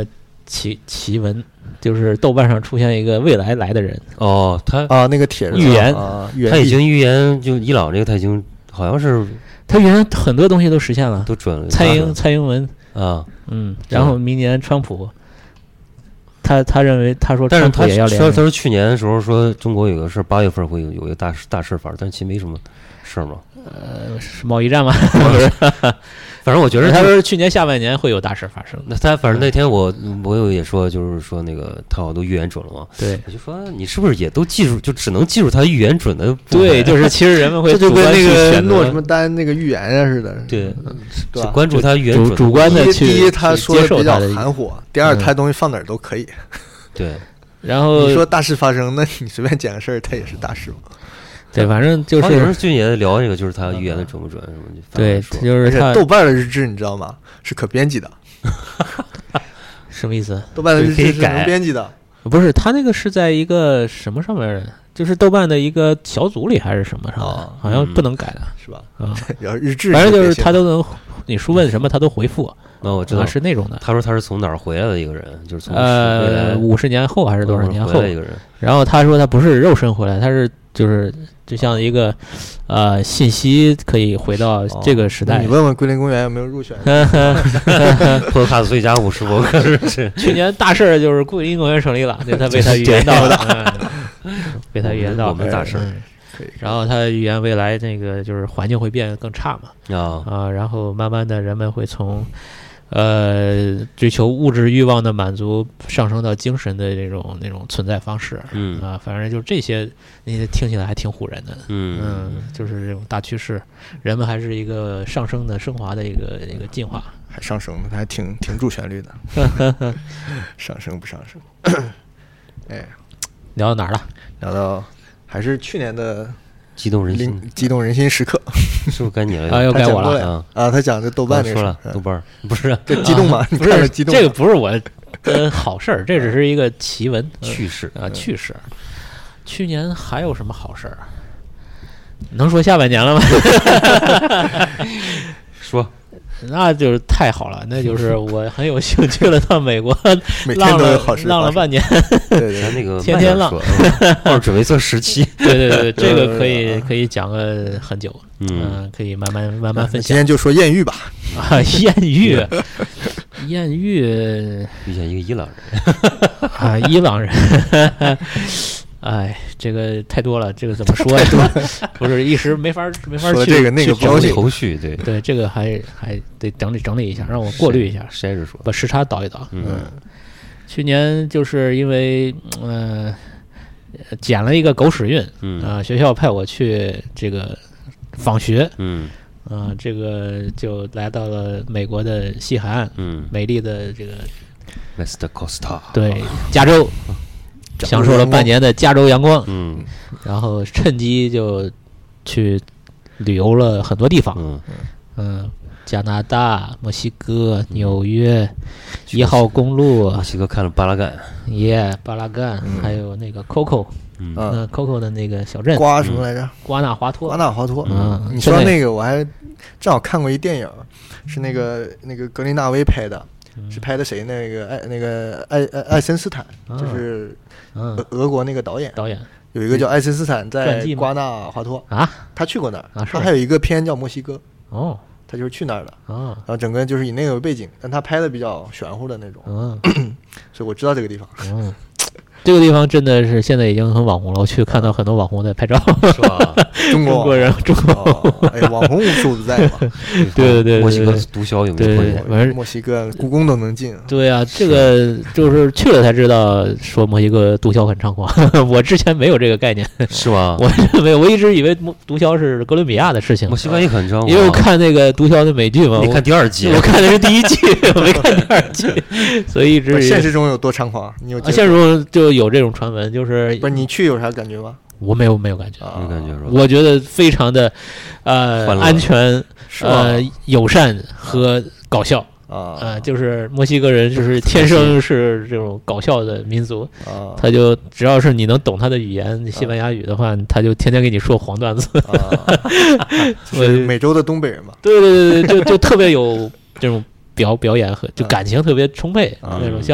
奇闻，就是豆瓣上出现一个未来来的人。 哦，他那个帖子预言， 他已经预言就伊朗这个，他已经好像是他预言很多东西都实现了， 都准了。 蔡英文啊， 然后明年川普。他认为他说， 但是他说去年的时候说中国有个事，8月份会有一个大事发，但其实没什么事嘛。 是贸易战吗？ 反正我觉得他说去年下半年会有大事发生。 那他反正那天我也说，就是说那个他好像都预言准了嘛。 对， 我就说你是不是也都记住，就只能记住他预言准的？ 对，就是其实人们会这就跟那个诺什么丹那个预言啊似的。 对，关注他预言准， 主观的去。 第一，他说的比较含糊；第二，他东西放哪儿都可以。 对， 然后你说大事发生，那你随便讲个事儿，它也是大事嘛。 对，反正就是。 有人最近也聊这个，就是他预言的准不准什么？ 对，就是他豆瓣的日志，你知道吗？是可编辑的。 什么意思？ 豆瓣的日志是能编辑的。 不是，他那个是在一个什么上面的？就是豆瓣的一个小组里还是什么上的？好像不能改的， 是吧？ 要日志， 反正就是他都能，你书问什么他都回复。 我知道是那种的。 他说他是从哪儿回来的一个人，就是从 50年后还是多少年后一个人。 然后他说他不是肉身回来，他是就像一个信息可以回到这个时代。 你问问桂林公园有没有入选？ 波卡斯最佳50博客是去年大事就是桂林公园成立了，对他被他预言到的，被他预言到我们大事。 然后他预言未来那个就是环境会变得更差嘛，然后慢慢的人们会从追求物质欲望的满足上升到精神的那种存在方式，反正就这些，你听起来还挺唬人的，就是这种大趋势，人们还是一个上升的升华的一个进化， 还上升的，还挺主旋律的，上升不上升？哎， 聊到哪儿了？ 聊到还是去年的激动人心时刻， 是不是该你了？ 又该我了他讲这豆瓣那说了，豆瓣不是这激动吗？ 不是激动，这个不是我的好事儿，这只是一个奇闻趣事啊，趣事。去年还有什么好事儿？能说下半年了吗？ 说。 那就是太好了，那就是我很有兴趣了，到美国每天都有好事， 浪了半年， 对， 那个天天浪， 准备做17， 对，这个可以讲个很久，可以慢慢分享。 今天就说艳遇吧， 艳遇遇见一个伊朗人伊朗人。哎，这个太多了，这个怎么说呀？不是一时没法说这个那个标记头绪， 对，这个还得整理一下，让我过滤一下， 筛着说， 把时差倒一倒。去年就是因为捡了一个狗屎运，学校派我去这个访学，这个就来到了美国的西海岸，美丽的这个 West Coast， 对，加州。享受了半年的加州阳光，然后趁机就去旅游了很多地方，加拿大、墨西哥、纽约1号公路， 墨西哥看了巴拉干， 巴拉干，还有那个 Coco 的那个小镇， 瓜什么来着？ 瓜纳华托。 你说那个我还正好看过一电影，是那个格林纳威拍的，是拍的谁？那个爱森斯坦，就是俄国那个导演有一个叫爱森斯坦在瓜纳华托他去过那儿，他还有一个片叫墨西哥，他就是去那儿的，然后整个就是以那个为背景，但他拍的比较玄乎的那种，所以我知道这个地方。 这个地方真的是现在已经很网红了，我去看到很多网红在拍照， 是吧？ 中国人， 网红无处不在嘛。 对， 墨西哥毒枭有没有？ 反正墨西哥故宫都能进。 对啊，这个就是去了才知道，说墨西哥毒枭很猖狂。我之前没有这个概念， 是吗？ 我没有，我一直以为毒枭是哥伦比亚的事情。 墨西哥也很猖狂， 因为我看那个毒枭的美剧嘛， 你看第2季， 我看的是第1季，我没看第2季，所以一直现实中有多猖狂？你有现实中就有这种传闻，就是不是你去有啥感觉吗？ 我没有感觉， 没感觉是吧？ 我觉得非常的安全、友善和搞笑就是墨西哥人就是天生是这种搞笑的民族他就只要是你能懂他的语言西班牙语的话，他就天天给你说黄段子美洲的东北人嘛， 对，就特别有这种表演和就感情特别充沛那种，像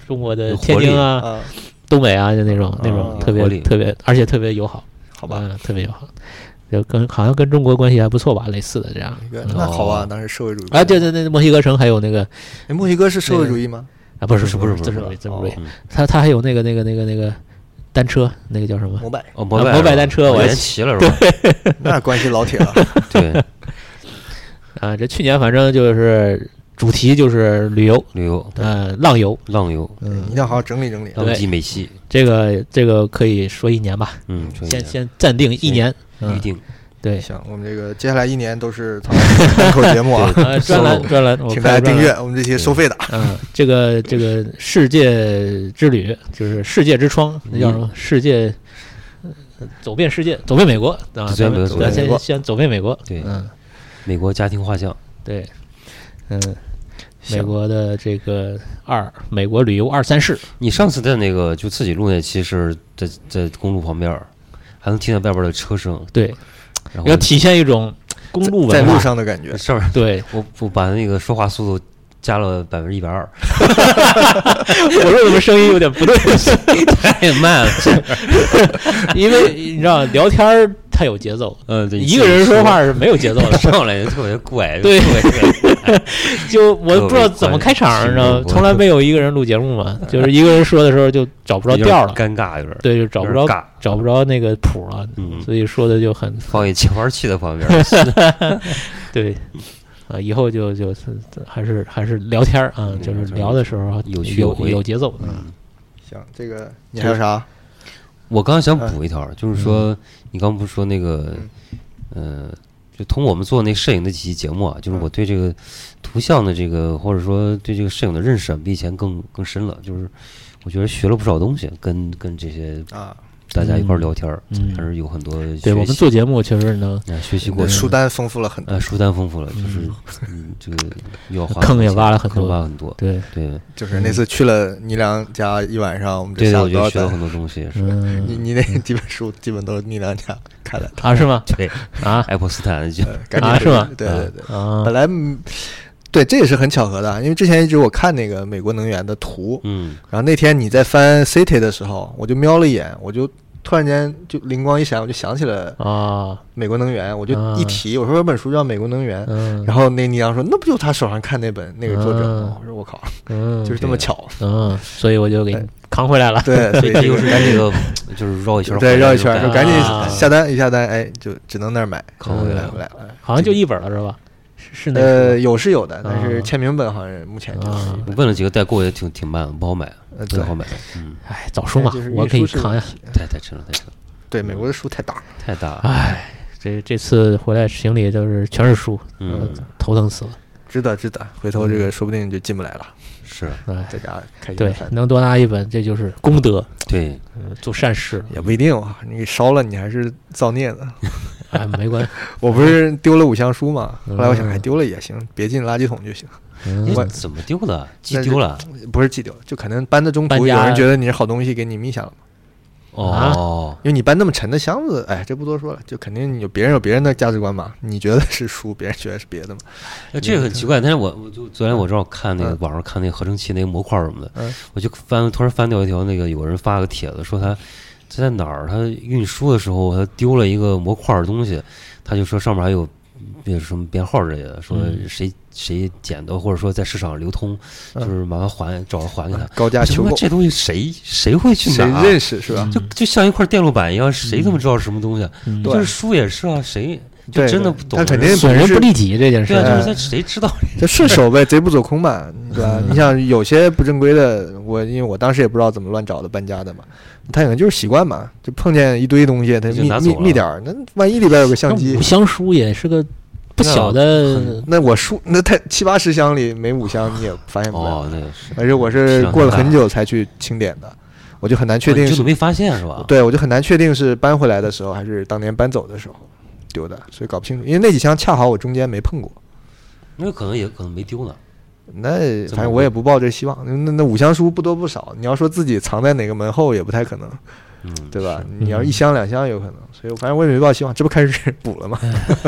中国的天津啊、东北啊，就那种特别，而且特别友好， 好吧， 特别友好。就好像跟中国关系还不错吧，类似的这样。 那好啊，当时社会主义啊，对，墨西哥城还有那个， 墨西哥是社会主义吗？ 啊，不是资本主义，他还有那个单车，那个叫什么？摩拜单车，我连骑了是吧？ 那关系老铁了。 对。 啊，这去年反正就是主题就是旅游，浪游， 一定要好好整理整理。 浪迹美西， 这个可以说1年吧，先暂定1年， 预定。 对， 行，我们这个接下来1年都是单口节目啊， 专栏， 请大家订阅，我们这些收费的。 这个世界之旅就是世界之窗，那叫什么？世界走遍世界，走遍美国啊！先走遍美国， 对，美国家庭画像， 对，美国的这个美国旅游2-3事。 你上次在那个就自己录那期是在公路旁边，还能听到外边的车声， 对。要体现一种公路在路上的感觉， 是不是？ 对， 我把那个说话速度加了120%。 我说怎么声音有点不对， 太慢了。 因为你知道聊天它有节奏， 对， 一个人说话是没有节奏的， 上来就特别怪， 对，就我不知道怎么开场，你知道，从来没有一个人录节目嘛，就是一个人说的时候就找不着调了， 尴尬有点， 对，就找不着那个谱了，所以说的就很放一切换器的旁边， 对。以后就还是聊天啊，就是聊的时候有节奏。 行，这个你还有啥？ 我刚刚想补一条，就是说你刚不是说那个，就通过我们做那摄影的几期节目啊，就是我对这个图像的这个或者说对这个摄影的认识比以前更深了，就是我觉得学了不少东西，跟这些大家一块聊天还是有很多学习。 对，我们做节目确实能学习过， 书单丰富了很多。 书单丰富了，就是这个要花坑也挖了很多。 对， 就是那次去了你俩家1晚上，我们对，我觉得学了很多东西。 你那几本书基本都是你俩家看的啊？是吗？ 对啊，爱泼斯坦是吗？ 对，本来。对，这也是很巧合的，因为之前一直我看那个美国能源的图，然后那天你在翻 City 的时候，我就瞄了一眼，我就突然间就灵光一闪，我就想起了美国能源，我就一提，我说有本书叫《美国能源》，然后那倪阳说那不就他手上看那本那个作者吗？我说我靠，就是这么巧， 所以我就给你扛回来了。 对，所以又是这个就是绕一圈， 对，绕一圈，就赶紧下单，一下单，哎，就只能那儿买，扛回来， 好像就1本了是吧？是是有的，但是签名本好像目前就是。 我问了几个代购也挺慢的，不好买，不好买。 哎，早说嘛，我可以扛呀。 太沉了。 对，美国的书太大了。 哎，这次回来行李全是书，头疼死了。 值得，回头这个说不定就进不来了。 是， 在家开心。 对，能多拿1本，这就是功德。 对， 做善事也不一定啊，你烧了你还是造孽的。 哎，没关系， 我不是丢了5箱书嘛，后来我想，丢了也行，别进垃圾桶就行。 我怎么丢的？寄丢了？ 不是寄丢，就可能搬的中途有人觉得你是好东西，给你密下了嘛。因为你搬那么沉的箱子，哎，这不多说了，就肯定有别人的价值观嘛。你觉得是书，别人觉得是别的嘛。 这个很奇怪，但是我就昨天我正好看那个网上看那个合成器那个模块什么的，我就突然翻掉一条那个有人发个帖子说他在哪儿，他运输的时候他丢了一个模块的东西，他就说上面还有什么编号之类的，说谁捡的，或者说在市场流通，就是麻烦找还给他。 高价求购， 这东西谁会去拿？ 谁认识是吧？ 就像一块电路板一样，谁怎么知道是什么东西？就是书也是啊，谁就真的不懂。 但肯定损人不利己这件事， 对，就是谁知道？ 这顺手呗，贼不走空嘛，对吧？你想有些不正规的，因为我当时也不知道怎么乱找的搬家的嘛，他可能就是习惯嘛，就碰见一堆东西，他密点儿，那万一里边有个相机，5 箱书也是个。不小的， 那我书那太70-80箱里没5箱你也发现不了， 那是。 而且我是过了很久才去清点的，我就很难确定是没发现是吧？ 对，我就很难确定是搬回来的时候还是当年搬走的时候丢的，所以搞不清楚。因为那几箱恰好我中间没碰过， 那可能没丢呢。 那反正我也不抱这希望。那5箱书不多不少，你要说自己藏在哪个门后也不太可能。对吧？你要1箱2箱有可能，所以反正我也没抱希望，这不开始补了吗？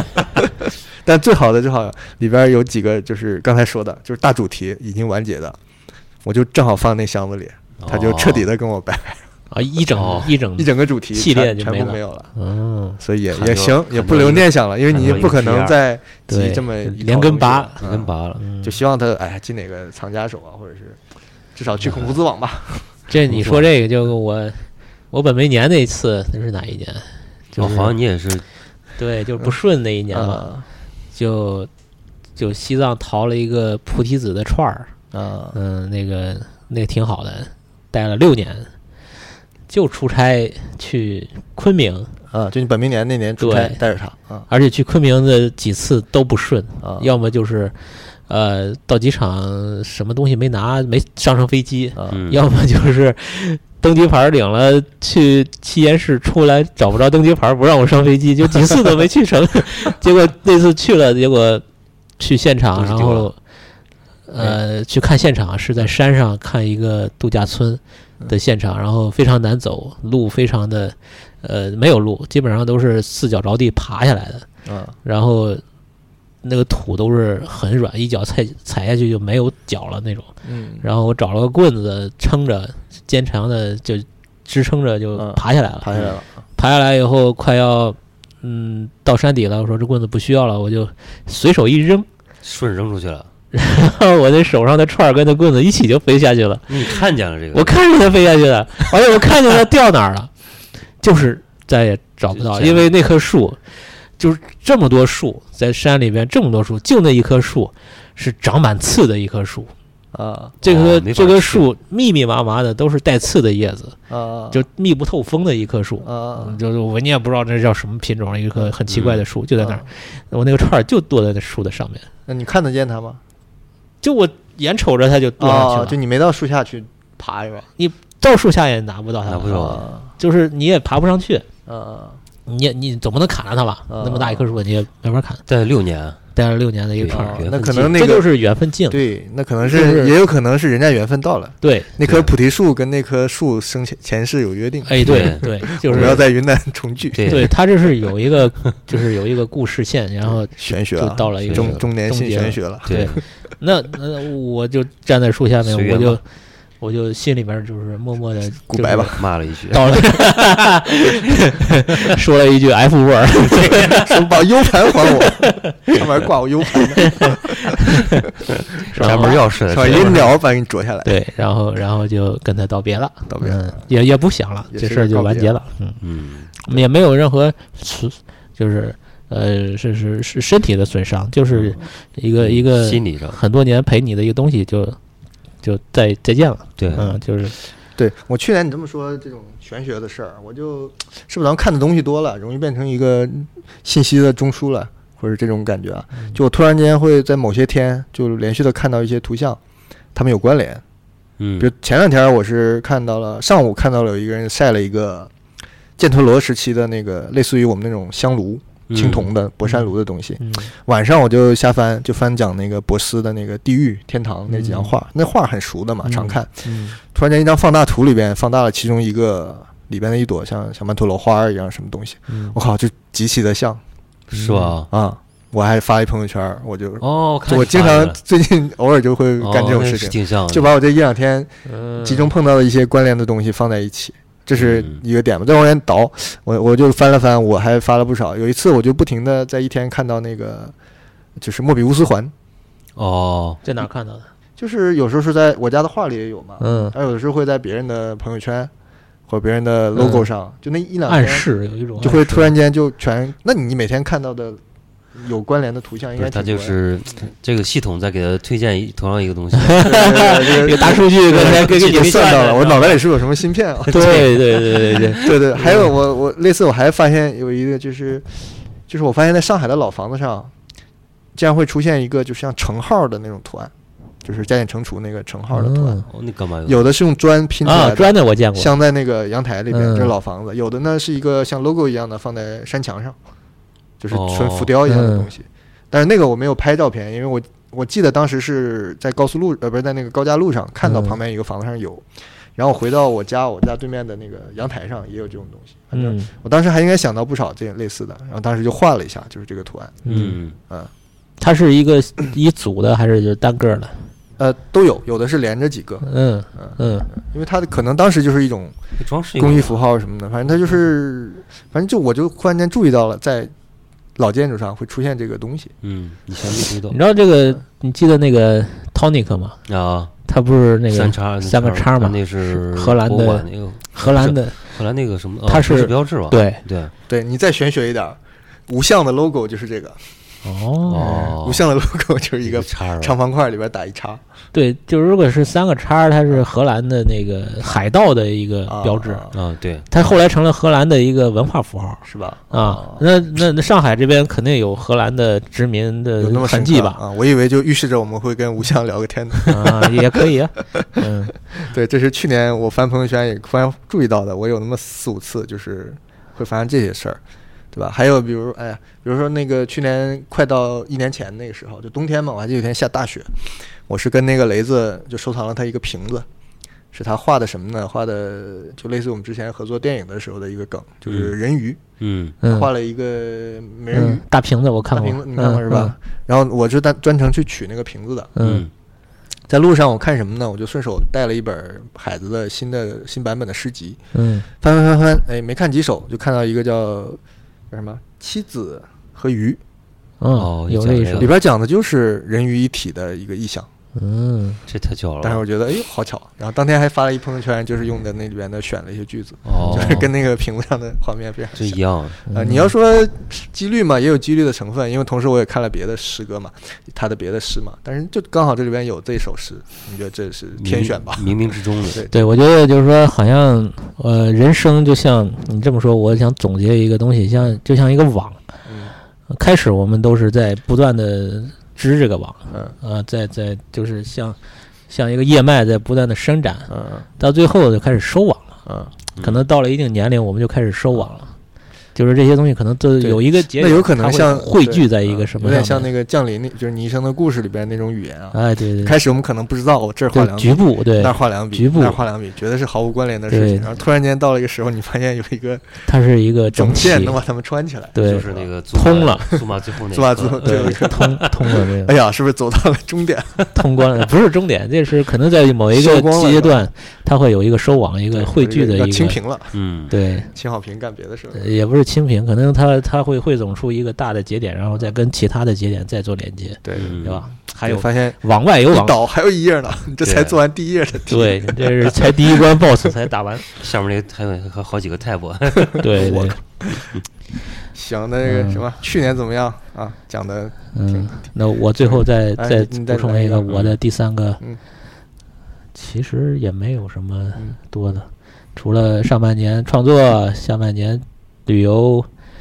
但最好的里边有几个就是刚才说的，就是大主题已经完结的， 我就正好放那箱子里，他就彻底的跟我拜拜啊，一整个主题系列全部没有了。所以也行，也不留念想了，因为你不可能再集这么连根拔了， 就希望他进哪个藏家手啊，或者是至少去孔夫子网吧。 这你说这个就我本命年那一次，那是哪一年？ 好像你也是， 对，就是不顺那一年嘛，就西藏淘了一个菩提子的串儿，那个挺好的，待了6年。就出差去昆明就你本命年那年出差带着他而且去昆明的几次都不顺要么就是到机场什么东西没拿没上飞机要么就是登机牌领了去七言市出来找不着登机牌不让我上飞机，就几次都没去成结果那次去了，结果去现场，然后去看现场是在山上看一个度假村的现场，然后非常难走，路非常的没有路，基本上都是4脚着地爬下来的然后那个土都是很软，一脚踩下去就没有脚了那种然后我找了个棍子撑着，坚强的就支撑着就爬下来了爬下来以后快要到山底了，我说这棍子不需要了，我就随手一扔， 顺扔出去了， 然后我那手上的串跟那棍子一起就飞下去了。 你看见了这个？ 我看见它飞下去了，而且我看见它掉哪儿了，就是再也找不到，因为那棵树就是这么多树在山里边，这么多树，就那一棵树是长满刺的一棵树这棵树密密麻麻的都是带刺的叶子就密不透风的一棵树就是你也不知道这叫什么品种，一棵很奇怪的树就在那儿我那个串就剁在那树的上面。 那你看得见它吗？ 就我眼瞅着它就剁上去了就你没到树下去爬是吧？ 你到树下也拿不到它，就是你也爬不上去你总不能砍了它吧那么大一棵树你也没法砍。 待了6年待了6年的一个串那可能那个这就是缘分尽了。 对，那可能是也有可能是人家缘分到了。 对， 那棵菩提树跟那棵树生前世有约定。 对，就是我们要在云南重聚。 对，它这是有一个就是有一个故事线，然后玄学就到了一个中年新玄学了。 对，那我就站在树下面，我就心里边就是默默的古白吧， 骂了一句， 到了说了一句 F word， 说把 U 盘还我，上面挂我 U 盘的， 前面钥匙， 把一鸟把你啄下来。 对，然后就跟他道别了，也不想了，这事儿就完结了。也没有任何就是是身体的损伤，就是一个心理上很多年陪你的一个东西就再见了。 对， 就是对我去年你这么说这种玄学的事儿，我就是不是咱们看的东西多了，容易变成一个信息的中枢了，或者这种感觉啊。就我突然间会在某些天就连续的看到一些图像，他们有关联。比如前2天我是上午看到了有一个人晒了一个犍陀罗时期的那个类似于我们那种香炉。青铜的博山炉的东西晚上我就瞎翻讲那个博斯的那个地狱天堂那几张画那画很熟的嘛常看突然间一张放大图里边放大了其中一个里边的一朵像小曼陀罗花一样什么东西我靠就极其的像是吧我还发一朋友圈我就我经常最近偶尔就会干这种事情就把我这1-2天集中碰到的一些关联的东西放在一起这是一个点吧，再往前倒，我就翻了翻，我还发了不少。有一次我就不停的在一天看到那个，就是莫比乌斯环。 在哪看到的？ 就是有时候是在我家的画里也有嘛，还有的时候会在别人的朋友圈或者别人的 logo 上，就那1-2天暗示有一种就会突然间就全。那你每天看到的有关联的图像应该挺多的。 他就是这个系统在给他推荐同样一个东西， 一个大数据给你算到了。我脑袋里是有什么芯片啊？对，还有我类似我还发现有一个就是我发现在上海的老房子上，竟然会出现一个就像乘号的那种图案，就是加减乘除那个乘号的图案。 你干嘛有的是用砖拼出来的， 砖的我见过， 镶在那个阳台里边，这是老房子。有的呢是一个像 logo 一样的放在山墙上。就是纯浮雕一样的东西但是那个我没有拍照片，因为我记得当时是在高速路不是在那个高架路上看到旁边一个房子上有然后回到我家对面的那个阳台上也有这种东西反正我当时还应该想到不少这类似的，然后当时就画了一下就是这个图案它是一组的还是就是单个的？ 都有的是连着几个，因为它可能当时就是一种工艺符号什么的，反正它就是，我就忽然间注意到了，在老建筑上会出现这个东西。 你先没注意到。 你知道这个？你记得那个 Tonic 吗？ 啊， 它不是那个三个叉吗？ 那是荷兰的那个荷兰那个什么？ 它是标志吧？ 对， 你再玄学一点，无相的 logo 就是这个。无相的 logo 就是一个长方块里边打一叉。 对，就如果是3个叉，它是荷兰的那个海盗的一个标志。 对， 它后来成了荷兰的一个文化符号， 是吧？ 那上海这边肯定有荷兰的殖民的痕迹吧？ 我以为就预示着我们会跟无相聊个天的也可以啊。 对，这是去年我翻朋友圈也忽然注意到的，我有那么4-5次就是会发生这些事儿。对吧？还有比如说那个去年快到1年前那个时候，就冬天嘛，我还记得有天下大雪，我是跟那个雷子就收藏了他一个瓶子，是他画的什么呢？画的就类似我们之前合作电影的时候的一个梗，就是人鱼。画了一个美人鱼大瓶子，我看过， 你看过是吧？然后我就专程去取那个瓶子的。在路上我看什么呢？我就顺手带了一本海子的新版本的诗集。翻，没看几首就看到一个叫什么妻子和鱼， 有这首， 里边讲的就是人鱼一体的一个意象。 这太巧了。 但是我觉得好巧，然后当天还发了一朋友圈，就是用的那里边的选了一些句子，就是跟那个屏幕上的画面非常像。 一样。 你要说几率嘛，也有几率的成分，因为同时我也看了别的诗歌嘛，他的别的诗嘛，但是就刚好这里边有这首诗，你觉得这是天选吧？ 冥冥之中的。 对，我觉得就是说，好像人生就像你这么说，我想总结一个东西，就像一个网。开始我们都是在不断的织这个网，在就是像一个叶脉在不断的伸展，到最后就开始收网了，可能到了一定年龄我们就开始收网了，就是这些东西可能都有一个节点， 那有可能像汇聚在一个什么， 有点像那个降临，就是你一生的故事里边那种语言啊。 对， 开始我们可能不知道，我这儿画2笔， 局部对， 那儿画2笔， 局部那儿画2笔，觉得是毫无关联的事情，然后突然间到了一个时候，你发现有一个， 它是一个总线能把它们串起来， 对， 就是那个通了， 祖玛最后那个，最后一个通了这个。 哎呀，是不是走到了终点？ 通关了，不是终点，这是可能在某一个阶段，它会有一个收网，一个汇聚的一个清屏了。 对， 清好屏干别的事儿， 也不是清屏，可能它会汇总出一个大的节点，然后再跟其他的节点再做连接， 对吧？还有发现往外有网导还有1页呢，你这才做完第1页的题。 对，这是才第1关 BOSS 才打完， 下面那个还有好几个 tab。 对， 行，那个什么，去年怎么样啊？讲的那我最后再补充一个我的第3个，其实也没有什么多的，除了上半年创作，下半年旅游。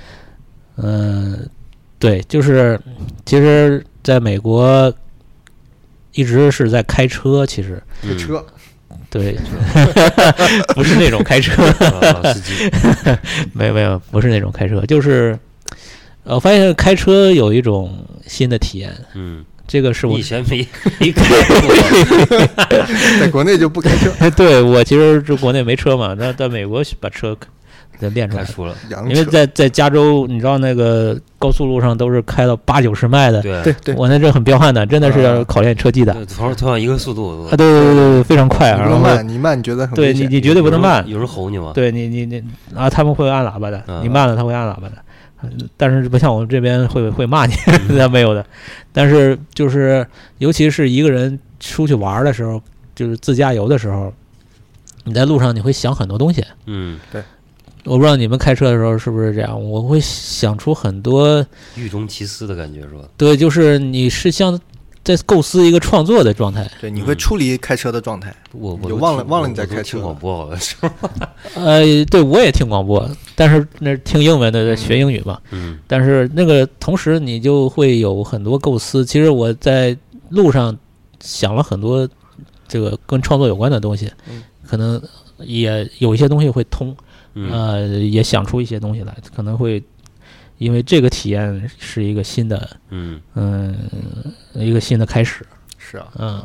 对，就是其实在美国一直是在开车，其实开车， 对，不是那种开车， 司机， 没有，不是那种开车，就是我发现开车有一种新的体验，这个是我以前没开过， 在国内就不开车， 对，我其实是国内没车嘛，那在美国把车给练出来了， 因为在加州，你知道那个高速路上都是开到80-90迈的， 对， 我那这很彪悍的，真的是要考验车技的， 同样一个速度， 对，非常快， 然后慢，你觉得很对你绝对不能慢， 有人吼你吗？ 对你他们会按喇叭的，你慢了他会按喇叭的，但是不像我们这边会骂你，那没有的，但是就是尤其是一个人出去玩的时候，就是自驾游的时候，你在路上你会想很多东西， 对。 我不知道你们开车的时候是不是这样，我会想出很多狱中奇思的感觉，是吧？对， 就是你是像在构思一个创作的状态。 对，你会出离开车的状态。 我就忘了你在开车。 听广播好像是。 对，我也听广播，但是那听英文的学英语嘛。但是那个同时你就会有很多构思。其实我在路上想了很多这个跟创作有关的东西，可能也有一些东西会通。也想出一些东西来，可能会因为这个体验是一个新的，一个新的开始。 是啊，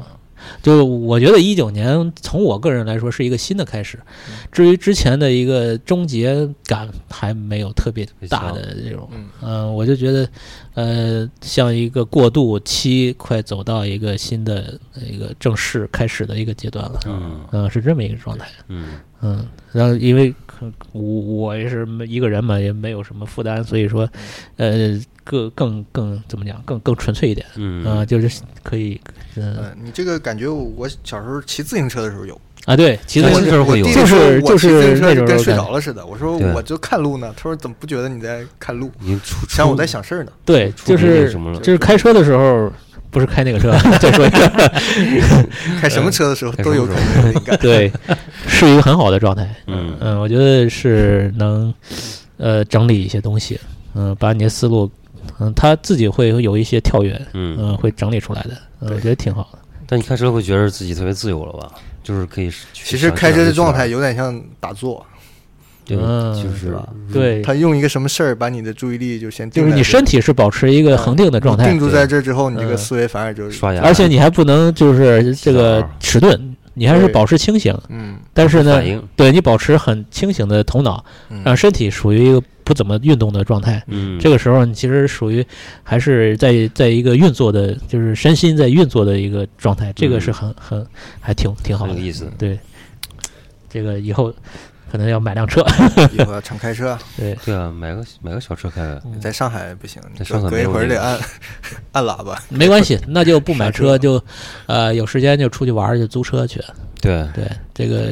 就我觉得2019年从我个人来说是一个新的开始，至于之前的一个终结感还没有特别大的这种，我就觉得像一个过渡期，快走到一个新的一个正式开始的一个阶段了，是这么一个状态，然后因为我也是一个人嘛，也没有什么负担，所以说更怎么讲，更纯粹一点，就是可以， 你这个感觉我小时候骑自行车的时候有啊，对，骑自行车会有， 就是那种跟睡着了似的。我说我就看路呢，他说怎么不觉得你在看路？想我在想事儿呢。 对，就是开车的时候。不是开那个车，再说一个， 开什么车的时候都有可能灵感。 对，是一个很好的状态。我觉得是能整理一些东西，把你的思路，他自己会有一些跳跃，会整理出来的。我觉得挺好的。 但你开车会觉得自己特别自由了吧？就是可以。 其实开车的状态有点像打坐。 就是吧， 对， 他用一个什么事儿把你的注意力就先定， 就是你身体是保持一个恒定的状态， 定住在这之后，你这个思维反而就刷牙， 而且你还不能就是这个迟钝，你还是保持清醒，但是呢，对你保持很清醒的头脑，让身体属于一个不怎么运动的状态，这个时候你其实属于还是在一个运作的，就是身心在运作的一个状态，这个是还挺好的， 有意思， 对，这个以后。可能要买辆车， 以后要常开车。 对啊，买个小车开。 在上海不行， 在上海隔一会儿得按喇叭。 没关系，那就不买车，就有时间就出去玩，就租车去。 对， 这个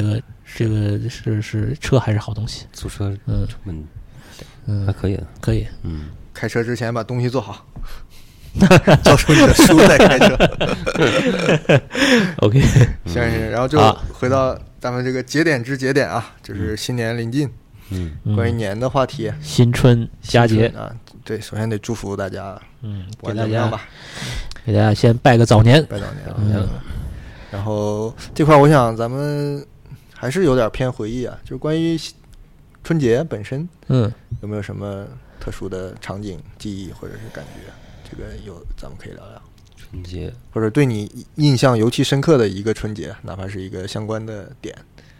是车还是好东西。 租车，还可以， 可以。 开车之前把东西做好。交出你的书再开车。 OK， 行，然后就回到咱们这个节点之节点啊，就是新年临近，关于年的话题， 新春佳节啊，对，首先得祝福大家， 给大家吧，给大家先拜个早年， 拜早年啊。然后这块我想咱们还是有点偏回忆啊，就是关于春节本身，有没有什么特殊的场景、记忆或者是感觉？这个咱们可以聊聊春节， 或者对你印象尤其深刻的一个春节，哪怕是一个相关的点。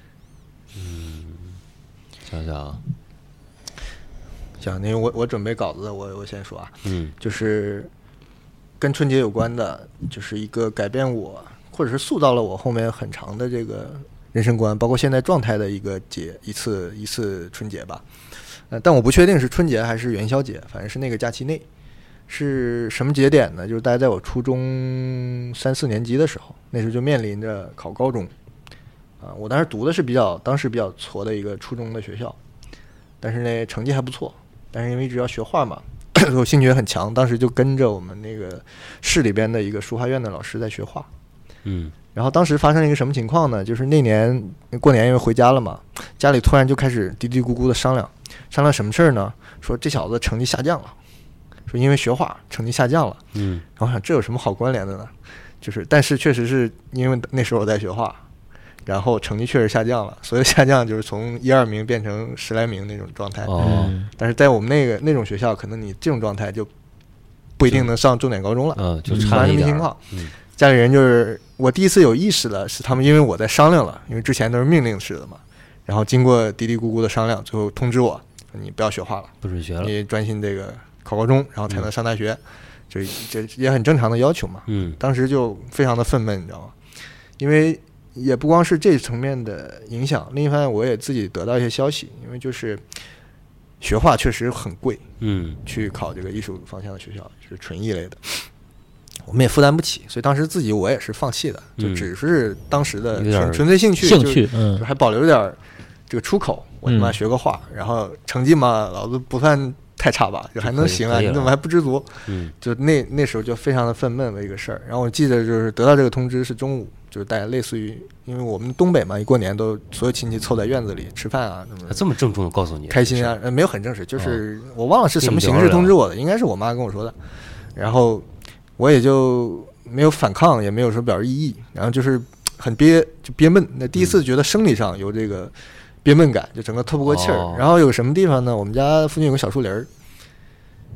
想想啊， 因为我准备稿子，我先说啊，就是跟春节有关的，就是一个改变我或者是塑造了我后面很长的这个人生观，包括现在状态的一个一次春节吧。但我不确定是春节还是元宵节，反正是那个假期内。是什么节点呢？就是大概在我初中3、4年级的时候，那时候就面临着考高中，我当时读的是当时比较矬的一个初中的学校，但是呢成绩还不错，但是因为一直要学画嘛，我兴趣也很强，当时就跟着我们那个市里边的一个书画院的老师在学画，然后当时发生了一个什么情况呢？就是那年过年因为回家了嘛，家里突然就开始嘀嘀咕咕的商量什么事儿呢？说这小子成绩下降了。说因为学画成绩下降了，然后想这有什么好关联的呢？但是确实是因为那时候我在学画，然后成绩确实下降了，所以下降就是从1、2名变成10来名那种状态。但是在我们那种学校，可能你这种状态就不一定能上重点高中了， 就差一点。 情况，家里人就是我第一次有意识了，是他们因为我在商量了，因为之前都是命令式的嘛，然后经过嘀嘀咕咕的商量，最后通知我，你不要学画了， 不准学了， 你专心这个。考高中，然后才能上大学，这也很正常的要求嘛。当时就非常的愤懑，你知道吗？因为也不光是这层面的影响，另一方面我也自己得到一些消息，因为就是学画确实很贵，去考这个艺术方向的学校，就是纯艺类的，我们也负担不起，所以当时自己我也是放弃的，就只是当时的纯粹兴趣，就还保留点这个出口，我他妈学个画，然后成绩嘛，老子不算。太差吧，就还能行啊？你怎么还不知足？就那时候就非常的愤懑的一个事儿。然后我记得就是得到这个通知是中午，就是大家类似于，因为我们东北嘛，一过年都所有亲戚凑在院子里吃饭啊， 这么郑重的告诉你， 开心啊？没有很正式，就是我忘了是什么形式通知我的，应该是我妈跟我说的。然后我也就没有反抗，也没有说表示异议，然后就是很憋闷。那第一次觉得生理上有这个。憋闷感，就整个透不过气儿。然后有什么地方呢？我们家附近有个小树林儿，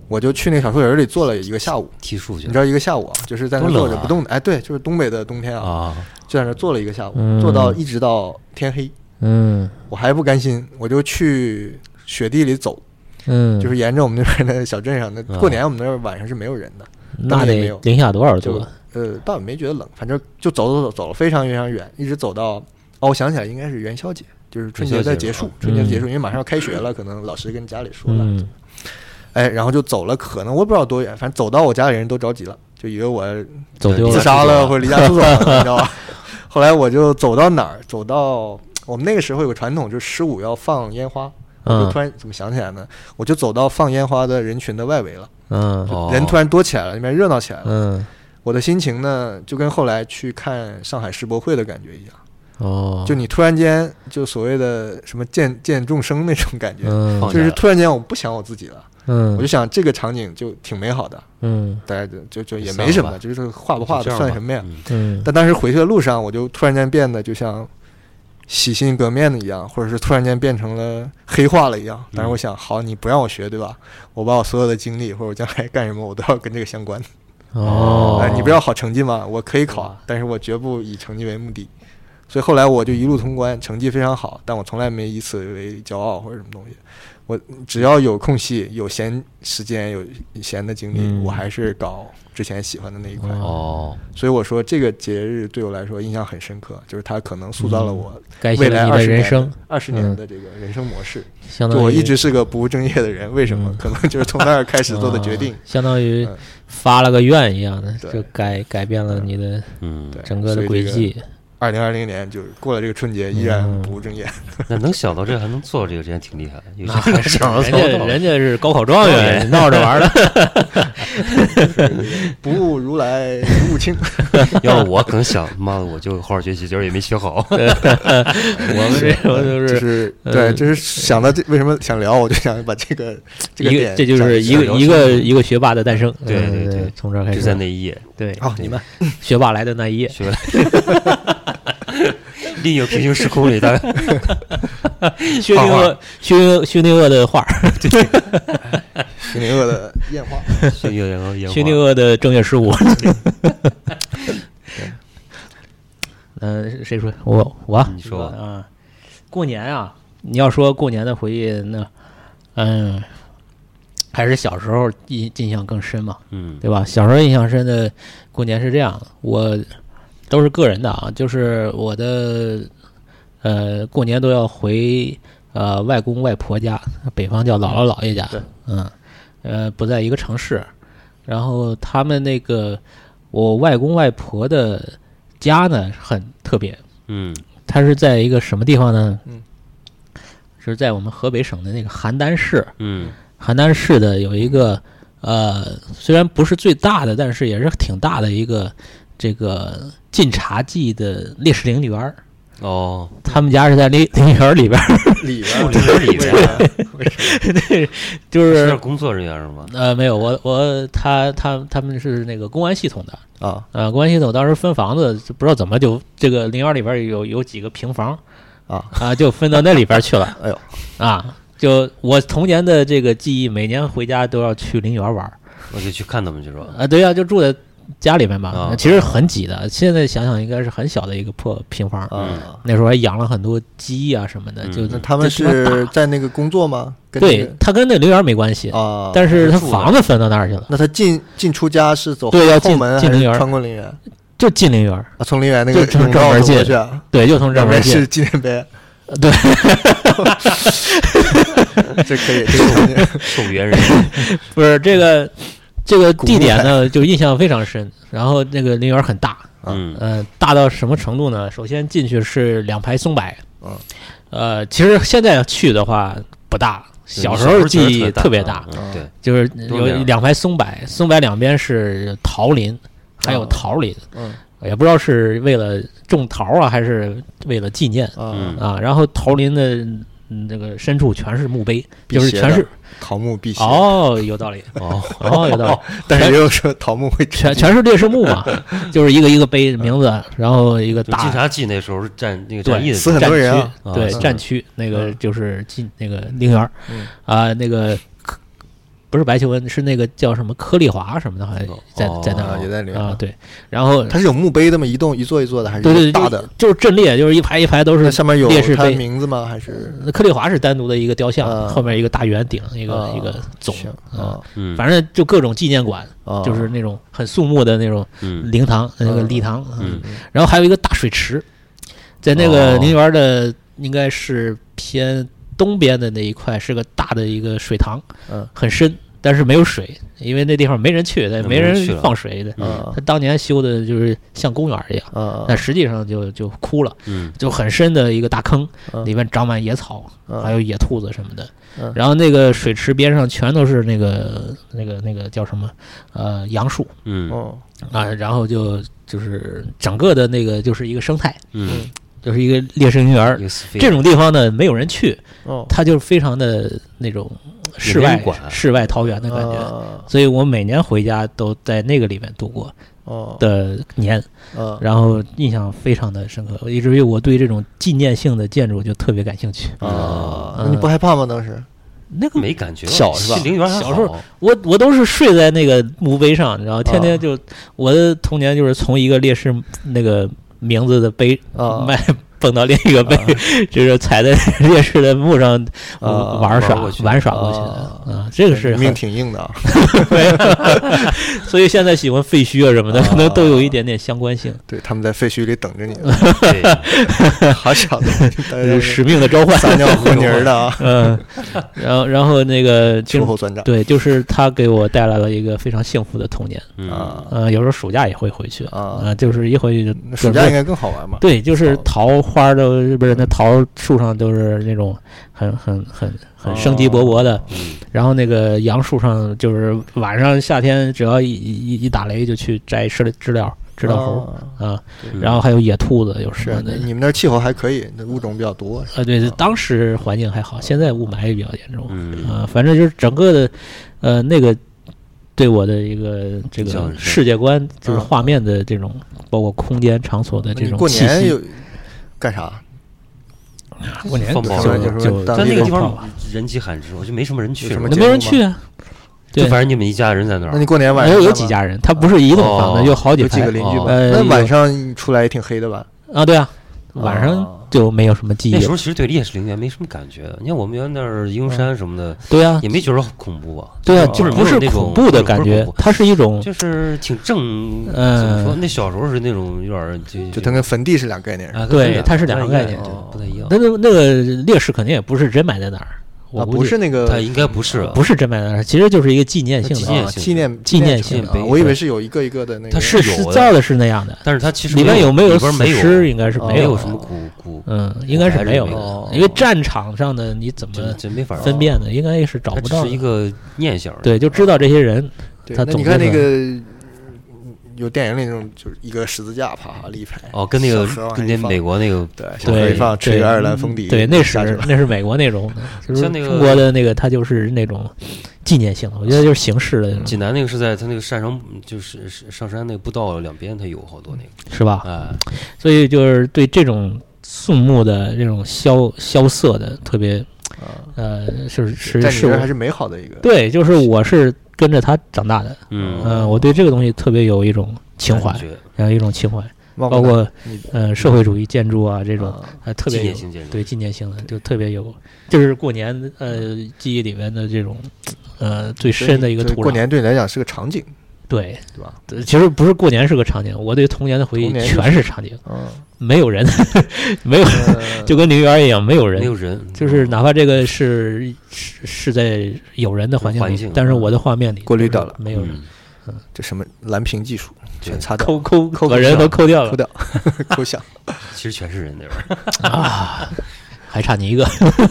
我就去那个小树林里坐了一个下午， 踢树去。 你知道一个下午啊，就是在那坐着不动的。哎，对，就是东北的冬天啊，就在那坐了一个下午，坐到一直到天黑。我还不甘心，我就去雪地里走。就是沿着我们那边的小镇上，那过年我们那儿晚上是没有人的， 那得零下多少度？ 倒也没觉得冷，反正就走了非常非常远，一直走到我想起来应该是元宵节，就是春节的结束，因为马上要开学了，可能老师跟家里说了，然后就走了，可能我不知道多远，反正走到我家里人都着急了，就以为我走丢了、 自杀了或者离家出走了，你知道吧？后来我就走到哪儿？走到我们那个时候有个传统，就是15要放烟花。我就突然怎么想起来呢？我就走到放烟花的人群的外围了。人突然多起来了，那边热闹起来了。我的心情呢，就跟后来去看上海世博会的感觉一样。就你突然间就所谓的什么见众生那种感觉，就是突然间我不想我自己了。我就想这个场景就挺美好的。大家就也没什么，就是画不画的算什么呀？但当时回去的路上，我就突然间变得就像洗心革面的一样，或者是突然间变成了黑化了一样。但是我想，好，你不让我学，对吧？我把我所有的精力或者我将来干什么，我都要跟这个相关。你不要好成绩吗？我可以考，但是我绝不以成绩为目的。所以后来我就一路通关，成绩非常好，但我从来没以此为骄傲或者什么东西。我只要有空隙、有闲时间、有闲的精力，我还是搞之前喜欢的那一块。所以我说这个节日对我来说印象很深刻，就是它可能塑造了我未来20年的这个人生模式。就我一直是个不务正业的人，为什么？可能就是从那儿开始做的决定， 相当于发了个愿一样的，就改变了你的整个的轨迹。 2020年就是过了这个春节，依然不务正业。 那能想到这还能做这个，真挺厉害。 那还是人家是高考状元，闹着玩的。 不务如来不务清。 要是我可能想，妈的，我就好好学习，今儿也没学好。 我们这种就是对，就是想到这为什么想聊，我就想把这个点， 这就是一个学霸的诞生。 对， 从这儿开始， 就在那一页。 对， 你们学霸来的那一页。 另有平行时空里，大概薛定谔的画， 薛定谔的烟花， 薛定谔的正月15。谁说？我你说啊？过年啊，你要说过年的回忆，那还是小时候印象更深嘛，对吧？小时候印象深的过年是这样，我都是个人的啊，就是我的过年都要回外公外婆家，北方叫姥姥姥爷家，不在一个城市，然后他们那个我外公外婆的家呢很特别，它是在一个什么地方呢？是在我们河北省的那个邯郸市，邯郸市的有一个虽然不是最大的，但是也是挺大的一个这个晋察冀的烈士陵园。他们家是在陵园里边，对，就是工作人员是吗？ 没有，他们是那个公安系统的公安系统当时分房子，不知道怎么就这个陵园里边有几个平房就分到那里边去了。 哎呦就我童年的这个记忆，每年回家都要去陵园玩， 我就去看他们去是吧？ 对呀，就住在家里面嘛，其实很挤的。现在想想，应该是很小的一个破平房。那时候还养了很多鸡啊什么的。就他们是在那个工作吗？ 对，他跟那陵园没关系但是他房子分到那儿去了。 那他进出家是走后门进陵园， 穿过陵园， 就进陵园从陵园那个就从正门进去对，就从正门进。 是纪念碑。 对， 这可以送元人。 不是这个地点呢，就印象非常深。然后那个陵园很大，大到什么程度呢？首先进去是2排松柏，其实现在去的话不大，小时候记忆特别大。 对， 就是有2排松柏，松柏两边是桃林，还有桃林。也不知道是为了种桃啊，还是为了纪念然后桃林的那个深处全是墓碑，就是全是桃木辟邪。 有道理。有道理。 但是也有说桃木会全是烈士墓嘛，就是一个一个碑名字，然后一个大。 晋察冀那时候是战役的， 死很多人啊。 对，战区那个就是那个陵园那个不是白求恩，是那个叫什么颗粒华什么的，好像在那儿也在里面对，然后它是有墓碑的吗？一座一座的还是对大的？ 就是阵列，就是一排一排都是上面有烈士碑名字吗？还是颗粒华是单独的一个雕像，后面一个大圆顶，一个总反正就各种纪念馆，就是那种很肃穆的那种灵堂那个礼堂，然后还有一个大水池，在那个陵园的应该是偏东边的那一块是个大的一个水塘，很深，但是没有水，因为那地方没人去，没人放水的。他当年修的就是像公园一样，但实际上就枯了，就很深的一个大坑，里面长满野草，还有野兔子什么的。然后那个水池边上全都是那个叫什么杨树，然后就是整个的那个就是一个生态，就是一个烈士陵园，这种地方呢没有人去，它就非常的那种世外桃源的感觉，所以我每年回家都在那个里面度过的年，然后印象非常的深刻，以至于我对这种纪念性的建筑就特别感兴趣。 那你不害怕吗？当时那个没感觉， 小是吧？ 陵园小时候我都是睡在那个墓碑上，然后天天就我的童年就是从一个烈士那个名字的碑蹦到另一个碑，就是踩在烈士的墓上玩耍过去的这个是命挺硬的所以现在喜欢废墟什么的，可能都有一点点相关性。 对，他们在废墟里等着你，好小的使命的召唤， 撒尿和泥的然后那个秋后算账， 对，就是他给我带来了一个非常幸福的童年有时候暑假也会回去就是一回去就暑假应该更好玩嘛。 对，就是桃花都不是那桃树上都是那种很生机勃勃的，然后那个杨树上就是晚上夏天只要一打雷就去摘知了猴然后还有野兔子，有什么的。 你们那气候还可以，那物种比较多对，当时环境还好，现在雾霾也比较严重反正就是整个的那个对我的一个这个世界观，就是画面的这种包括空间场所的这种气息。 过年有干啥？ 过年放炮就但那个地方人迹罕至，我就没什么人去， 没人去啊。 就反正你们一家人在那儿。 那你过年晚上有几家人？他不是一栋房子，有好几个邻居吧？那晚上出来也挺黑的吧？ 对啊，晚上就没有什么记忆。 那时候其实对烈士陵园没什么感觉。你看我们原来那儿鹰山什么的， 对啊， 也没觉得恐怖啊。 对啊，就不是恐怖的感觉，它是一种就是挺正。怎么说？那小时候是那种有点就它跟坟地是两概念。 对，它是两个概念， 不太一样。 那个烈士肯定也不是真埋在哪儿。 不是那个， 它应该不是， 不是真埋在那儿，其实就是一个纪念性的纪念性的。我以为是有一个一个的那个， 它是造的是那样的， 但是它其实里面有没有死尸，应该是没有什么古， 应该是没有的，因为战场上的你怎么没法分辨的，应该是找不到， 是一个念想， 对，就知道这些人。 那你看那个。有电影里那种，就是一个十字架啪立一排跟那个美国那个对放吹爱尔兰风笛， 对，那是美国那种的，就是中国的那个，它就是那种纪念性的，我觉得就是形式的。 济南那个是在它那个山上，就是上山那个步道两边，它有好多那个， 是吧？所以就是对这种肃穆的这种萧瑟的特别，是还是美好的一个。 对，就是我是。跟着他长大的，我对这个东西特别有一种情怀，有一种情怀，包括社会主义建筑啊这种，特别有对纪念性的，就特别有，就是过年记忆里面的这种最深的一个土壤。 过年对你来讲是个场景， 对吧？ 其实不是过年是个场景，我对童年的回忆全是场景，没有人，没有，就跟陵园一样，没有人，就是哪怕这个是在有人的环境里，但是我的画面里过滤掉了， 没有人。 这什么蓝屏技术，全擦掉， 把人都抠掉了， 抠响。 其实全是人那边还差你一个。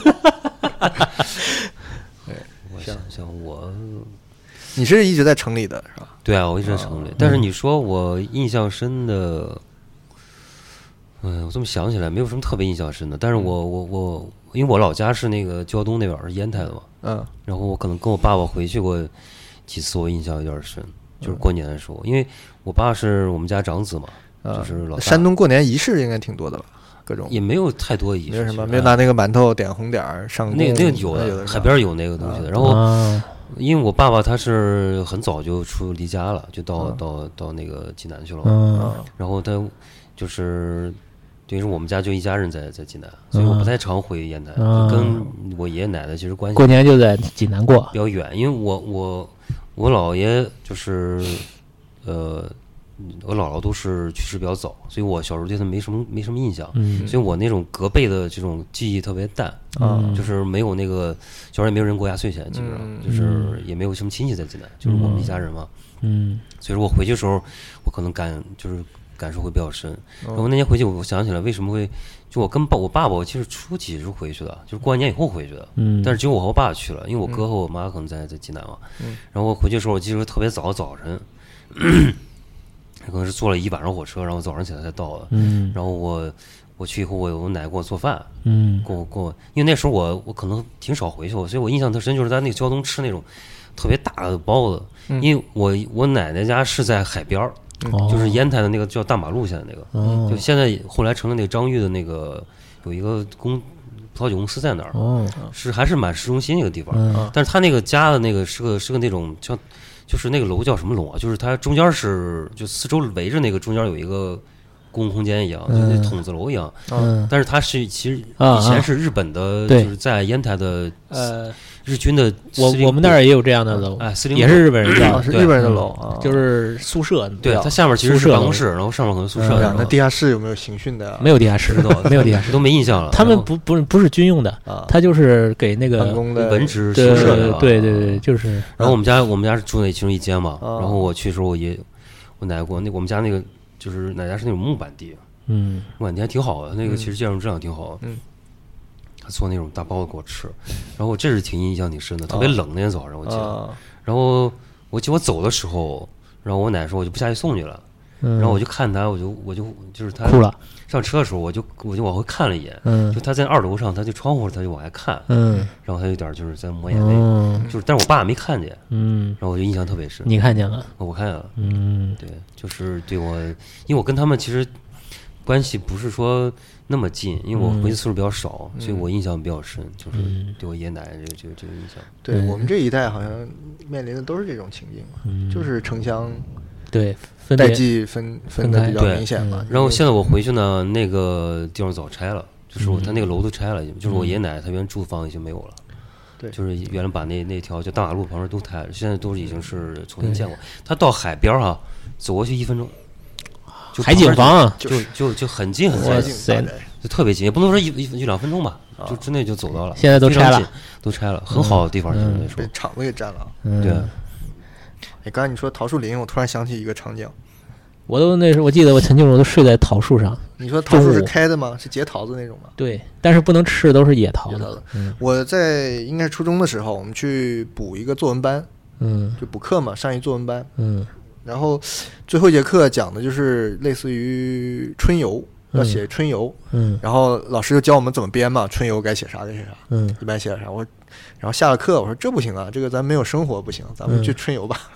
我想想我。 你是一直在城里的是吧？ 对啊，我一直在城里。但是你说我印象深的，我这么想起来没有什么特别印象深的。但是我因为我老家是那个胶东那边是烟台的嘛，然后我可能跟我爸爸回去过几次，我印象有点深，就是过年的时候，因为我爸是我们家长子嘛，就是老大。 山东过年仪式应该挺多的吧？各种也没有太多仪式， 没有什么，没有拿那个馒头点红点上那个有的海边有那个东西的，然后因为我爸爸他是很早就离家了，就到那个济南去了。然后他就是等于是我们家就一家人在济南，所以我不太常回烟台，就跟我爷爷奶奶其实关系。 过年就在济南过， 比较远，因为我姥爷就是我姥姥都是去世比较早，所以我小时候对他没什么印象，所以我那种隔辈的这种记忆特别淡，就是没有那个小时候也没有人过压岁钱，基本上就是也没有什么亲戚在济南，就是我们一家人嘛，所以说我回去的时候，我可能感受会比较深。然后那年回去，我想起来为什么会，就我跟我爸爸，我其实初几时候回去的，就是过完年以后回去的，但是只有我和我爸去了，因为我哥和我妈可能在济南嘛，然后我回去的时候，我记得特别早晨。可能是坐了一晚上火车，然后早上起来才到的。然后我去以后，我奶给我做饭，给我，因为那时候我可能挺少回去，所以我印象特深，就是在那个胶东吃那种特别大的包子。因为我奶奶家是在海边儿，就是烟台的那个叫大马路，现在那个，就现在后来成了那个张裕的那个有一个葡萄酒公司在那儿，还是蛮市中心那个地方。但是他那个家的那个是个那种叫。就是那个楼叫什么楼啊？就是它中间就四周围着那个中间有一个公共空间一样，就那筒子楼一样。但是它是其实以前是日本的，就是在烟台的日军的。 我们那儿也有这样的楼，也是日本人造的， 是日本人的楼， 就是宿舍。 对，它下面其实是办公室，然后上面可能宿舍。 那地下室有没有刑讯的？ 没有地下室，没有地下室， 都没印象了。 他们不是军用的，他就是给那个办公的文职宿舍的。 对，就是。 然后我们家是住那其中一间嘛，然后我去的时候我奶过我们家那个就是奶家是那种木板地，木板地还挺好的，那个其实建筑质量挺好的。他做那种大包子给我吃，然后这是印象挺深的，特别冷那天早上我记得。然后我记得我走的时候，然后我奶说我就不下去送去了，然后我就看他，我就是他哭了。 上车的时候我就往回看了一眼，就他在2楼上，他就窗户他就往外看，然后他有点就是在抹眼泪，就是但是我爸没看见，然后我就印象特别深。 你看见了？ 我看见了，对，就是对我，因为我跟他们其实关系不是说那么近，因为我回去次数比较少，所以我印象比较深，就是对我爷爷奶奶这个印象。 对我们这一代好像面临的都是这种情境，就是城乡对代际分的比较明显嘛。 然后现在我回去呢，那个地方早拆了，就是他那个楼都拆了，就是我爷爷奶奶他原住房已经没有了。 对， 就是原来把那条就大马路旁边都拆了，现在都已经是重新建过。他到海边走过去1分钟。 海景房就很近很近，就特别近，也不能说1-2分钟吧，就之内就走到了。 现在都拆了， 很好的地方，就是那时候被厂子给占了。 对， 刚才你说桃树林，我突然想起一个场景， 那时候我记得我曾经我都睡在桃树上。 你说桃树是开的吗？是结桃子那种吗？ 对，但是不能吃，都是野桃子。 我在应该是初中的时候，我们去补一个作文班，就补课嘛，上一作文班，然后最后一节课讲的就是类似于春游，要写春游，然后老师就教我们怎么编嘛，春游该写啥，一般写啥。然后下了课我说这不行啊，这个咱没有生活不行，咱们去春游吧。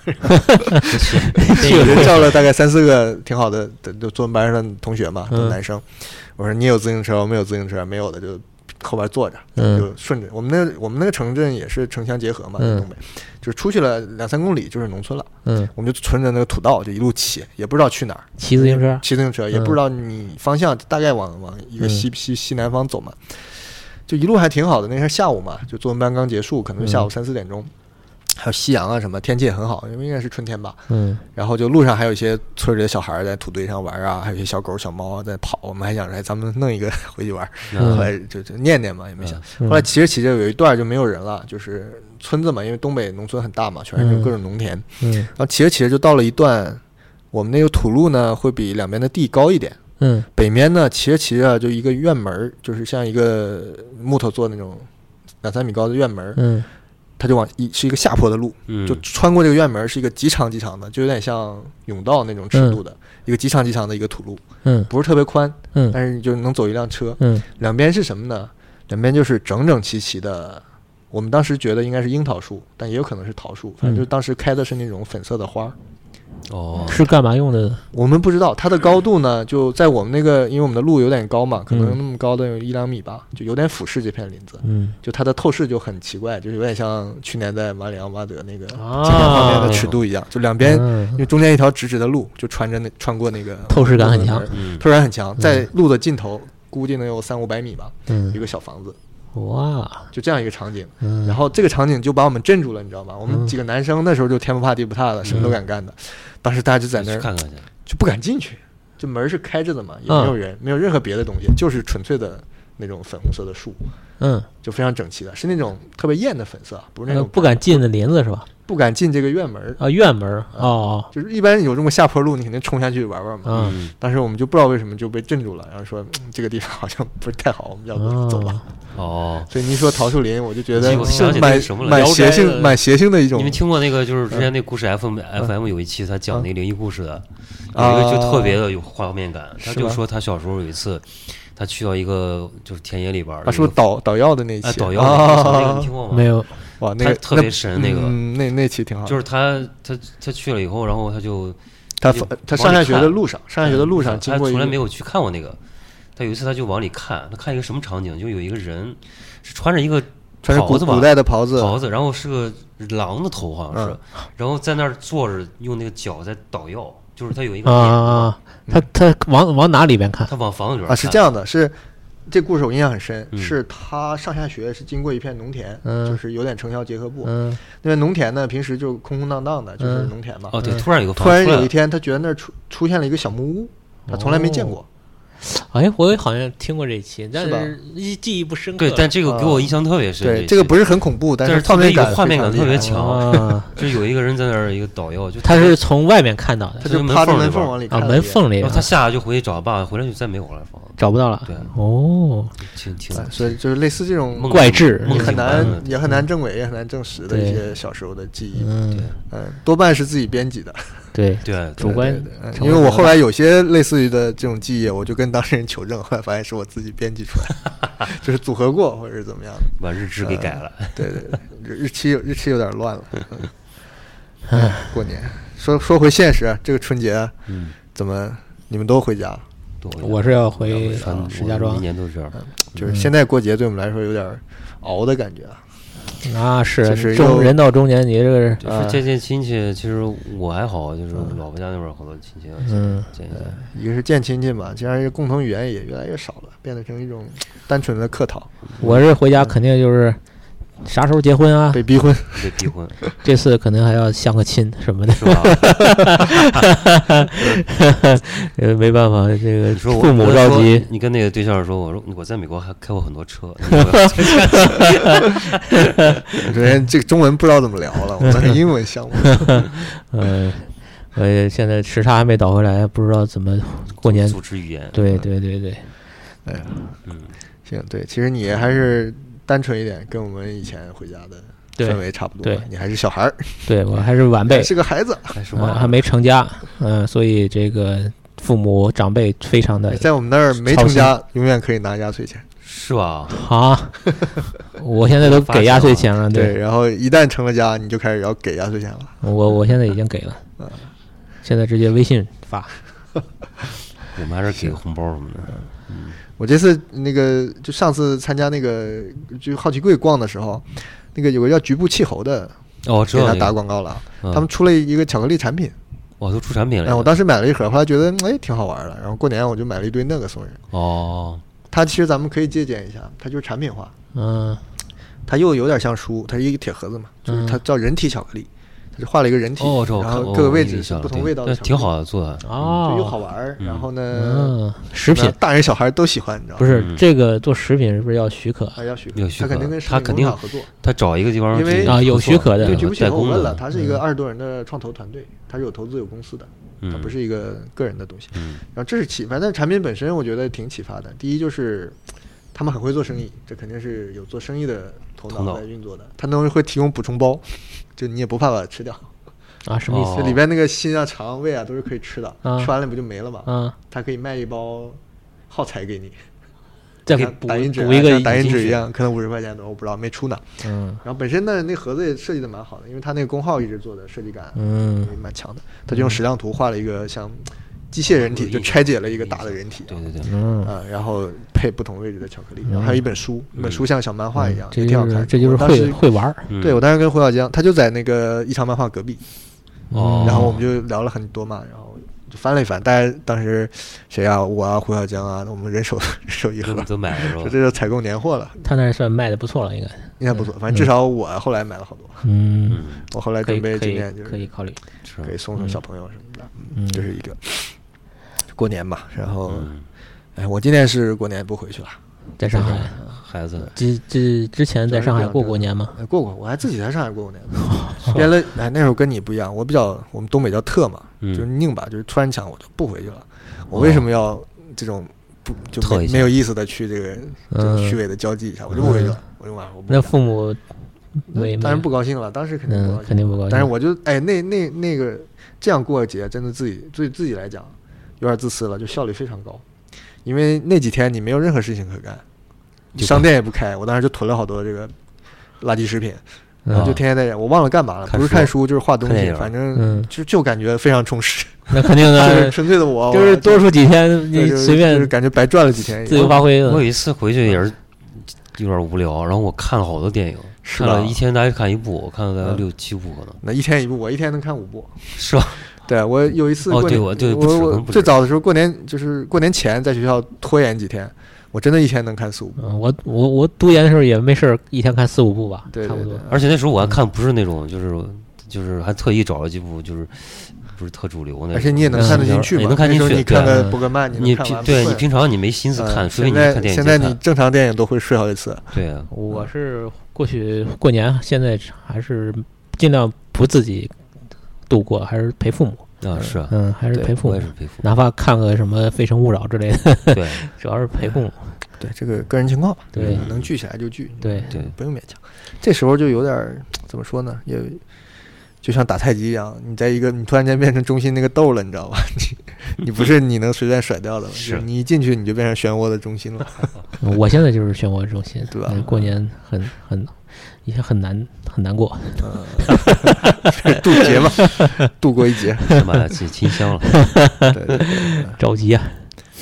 就叫了大概3-4个挺好的作文班上的同学嘛，都男生。我说你有自行车，我没有自行车，没有的就后边坐着，就顺着我们那个城镇也是城乡结合嘛，东北就是出去了2-3公里就是农村了，我们就顺着那个土道就一路骑，也不知道去哪儿， 骑自行车也不知道你方向，大概往一个西南方走嘛，就一路还挺好的。那天下午嘛，就作文班刚结束，可能下午3-4点钟，还有夕阳啊什么，天气也很好，因为应该是春天吧。然后就路上还有一些村里的小孩在土堆上玩啊，还有一些小狗小猫在跑，我们还想着咱们弄一个回去玩，后来就念嘛，也没想。后来骑着有一段就没有人了，就是村子嘛，因为东北农村很大嘛，全是各种农田。然后骑着就到了一段，我们那个土路呢会比两边的地高一点。北面呢骑着就一个院门，就是像一个木头做的那种2-3米高的院门。它就是一个下坡的路，就穿过这个院门是一个极长的，就有点像甬道那种尺度的，一个极长的一个土路，不是特别宽，但是就能走一辆车。两边是什么呢？两边就是整齐的，我们当时觉得应该是樱桃树，但也有可能是桃树，反正就当时开的是那种粉色的花， 哦，是干嘛用的？ 我们不知道。它的高度呢，就在我们那个，因为我们的路有点高嘛，可能那么高的有1-2米吧，就有点俯视这片林子。就它的透视就很奇怪，就是有点像去年在马里昂巴德那个今年方面的尺度一样，就两边因为中间一条直直的路，就穿过那个透视感很强， 透视感很强，在路的尽头估计能有300-500米吧，一个小房子。 哇， 就这样一个场景，然后这个场景就把我们镇住了，你知道吗？我们几个男生那时候就天不怕地不怕的，什么都敢干的。当时大家就在那儿看看去， 就不敢进去，就门是开着的嘛，也没有人，没有任何别的东西，就是纯粹的那种粉红色的树，就非常整齐的，是那种特别艳的粉色，不是那种不敢进的林子是吧？ 不敢进这个院门啊，院门哦， 就是一般有这么下坡路，你肯定冲下去玩玩嘛。当时我们就不知道为什么就被镇住了，然后说这个地方好像不是太好，我们要不走吧。所以你说桃树林，我就觉得蛮邪性的一种。 你们听过那个就是之前那故事 FM 有一期他讲那个灵异故事的，有一个就特别的有画面感。他就说他小时候有一次，他去到一个就是田野里边， 是不是捣药的那一期？ 捣药那个你听过吗？ 没有。 哇，那个特别神， 那期挺好。 就是他去了以后，然后他上下学的路上，经过他从来没有去看过那个。他有一次他就往里看，他看一个什么场景，就有一个人是穿着一个袍子吧， 古代的袍子， 然后是个狼的头好像是，然后在那儿坐着，用那个脚在捣药，就是他有一个他往哪里边看？ 他往房子里边看。 是这样的，是。这故事我印象很深，是他上下学是经过一片农田，就是有点城乡结合部。那边农田呢，平时就空空荡荡的，就是农田嘛。 对，突然有一天，他觉得那儿出现了一个小木屋，他从来没见过。 哎，我也好像听过这一期，但是记忆不深刻。 对，但这个给我印象特别深。 对，这个不是很恐怖，但是画面感特别强。就有一个人在那儿一个捣药， 他是从外面看到的， 他就趴着门缝往里看。 门缝里。 然后他下来就回去找他爸，回来就再没有了房子， 找不到了。 对， 所以就是类似这种怪志， 也很难证伪，也很难证实的一些小时候的记忆。多半是自己编辑的。 对，主观。 因为我后来有些类似于的这种记忆，我就跟当事人求证，后来发现是我自己编辑出来，就是组合过或者是怎么样的， 把日志给改了。 对，日期有点乱了。过年说回现实，这个春节，怎么你们都回家？ 我是要回石家庄， 一年都这样。 就是现在过节对我们来说有点熬的感觉是人到中年，你这个是见亲戚，其实我还好，就是老婆家那边好多亲戚见一见。 一个是见亲戚嘛，加上一个共同语言也越来越少了，变得成一种单纯的客套。 我是回家肯定就是啥时候结婚啊？ 被逼婚。 这次可能还要相个亲什么的， 是吧？ 没办法，这个父母着急。 你跟那个对象说，我在美国还开过很多车。 昨天这个中文不知道怎么聊了，我们是英文项目。 现在时差还没倒回来，不知道怎么过年组织语言。 对。 行，对，其实你还是单纯一点，跟我们以前回家的氛围差不多。 对， 你还是小孩儿。 对，我还是晚辈， 是个孩子， 还没成家。所以这个父母长辈非常的， 在我们那儿没成家，永远可以拿压岁钱， 是吧？ 我现在都给压岁钱了。 对，然后一旦成了家，你就开始要给压岁钱了。 我现在已经给了，现在直接微信发。 我们还是给个红包什么的。 我这次那个就上次参加那个就好奇柜逛的时候，那个有个叫局部气候的，给他打广告了。他们出了一个巧克力产品， 都出产品了。 我当时买了一盒，后来觉得挺好玩的，然后过年我就买了一堆那个送人。它其实咱们可以借鉴一下，它就是产品化。它又有点像书，它是一个铁盒子嘛，就是它叫人体巧克力。他就画了一个人体，然后各个位置是不同味道的， 挺好的做的就又好玩。然后呢， 食品大人小孩都喜欢，你知道吗？ 不是这个做食品是不是要许可？ 要许可， 他肯定跟他肯定合作， 他找一个地方， 因为有许可的。 对，局部气候我问了，他是一个20多人的创投团队，他是有投资有公司的，它不是一个个人的东西。然后这是启发，但产品本身我觉得挺启发的。第一就是他们很会做生意，这肯定是有做生意的头脑在运作的。他们会提供补充包，就你也不怕把它吃掉。 什么意思？ 就里边那个心啊、肠胃啊都是可以吃的，吃完了不就没了吗？它可以卖一包耗材给你， 再打印纸补一个像打印纸一样，可能50块钱多，我不知道没出呢。然后本身的那盒子也设计的蛮好的，因为它那个功耗一直做的设计感蛮强的，他就用矢量图画了一个像机械人体，就拆解了一个大的人体， 对对对， 然后配不同位置的巧克力，然后还有一本书，一本书像小漫画一样， 这挺好看。 这就是会玩。 对，我当时跟胡小江，他就在那个一场漫画隔壁，然后我们就聊了很多嘛，然后就翻了一翻，大家当时谁啊，我啊，胡小江啊，我们人手一盒都买了是吧？ 这就采购年货了。 他那算卖的不错了，应该不错，反正至少我后来买了好多。我后来准备今年就是可以考虑， 可以送小朋友什么的。这是一个过年吧，然后，我今年是过年不回去了， 在上海。 孩子之前在上海过年吗？ 过，我还自己在上海过年。别了，那时候跟你不一样，我们东北叫特嘛，就是拧巴，就是突然抢我就不回去了。我为什么要这种就没有意思的去这个虚伪的交际一下，我就不回去了，我就晚上我不。 那父母当然不高兴了，当时肯定不高兴，但是我就那个这样过节，真的对自己来讲有点自私了，就效率非常高，因为那几天你没有任何事情可干。商店也不开，我当时就囤了好多这个垃圾食品，然后就天天在家，我忘了干嘛了，不是看书就是画东西，反正就感觉非常充实。 那肯定的， 就是纯粹的我， 就是多出几天你随便， 就是感觉白赚了几天， 自由发挥。 我有一次回去也是有点无聊，然后我看了好多电影，看了一天大概看一部，我看了大概6、7部可能。 那一天一部，我一天能看5部， 是吧？ 对，我有一次过年，我最早的时候过年就是过年前在学校拖延几天。我真的一天能看4、5部。 我读研的时候也没事一天看4、5部吧， 对， 差不多。 而且那时候我还看不是那种，就是还特意找了几部，就是不是特主流那。 而且你也能看得进去嘛， 也能看进去。 你看个伯格曼， 你平常你没心思看，除非你看电影。 现在你正常电影都会睡好几次。 对啊， 我是过去过年，现在还是尽量不自己度过，还是陪父母。 是啊， 还是陪父母， 我也是陪父母， 哪怕看个什么《非诚勿扰》之类的， 对， 主要是陪父母。 对，这个个人情况吧， 对， 能聚起来就聚， 对， 不用勉强。这时候就有点怎么说呢，也就像打太极一样，你突然间变成中心那个豆了，你知道吧？你不是你能随便甩掉的，是你一进去你就变成漩涡的中心了。 我现在就是漩涡中心， 对吧？ 过年也很难过， 渡劫嘛，度过一劫， 妈呀，清香了， 对， 着急啊，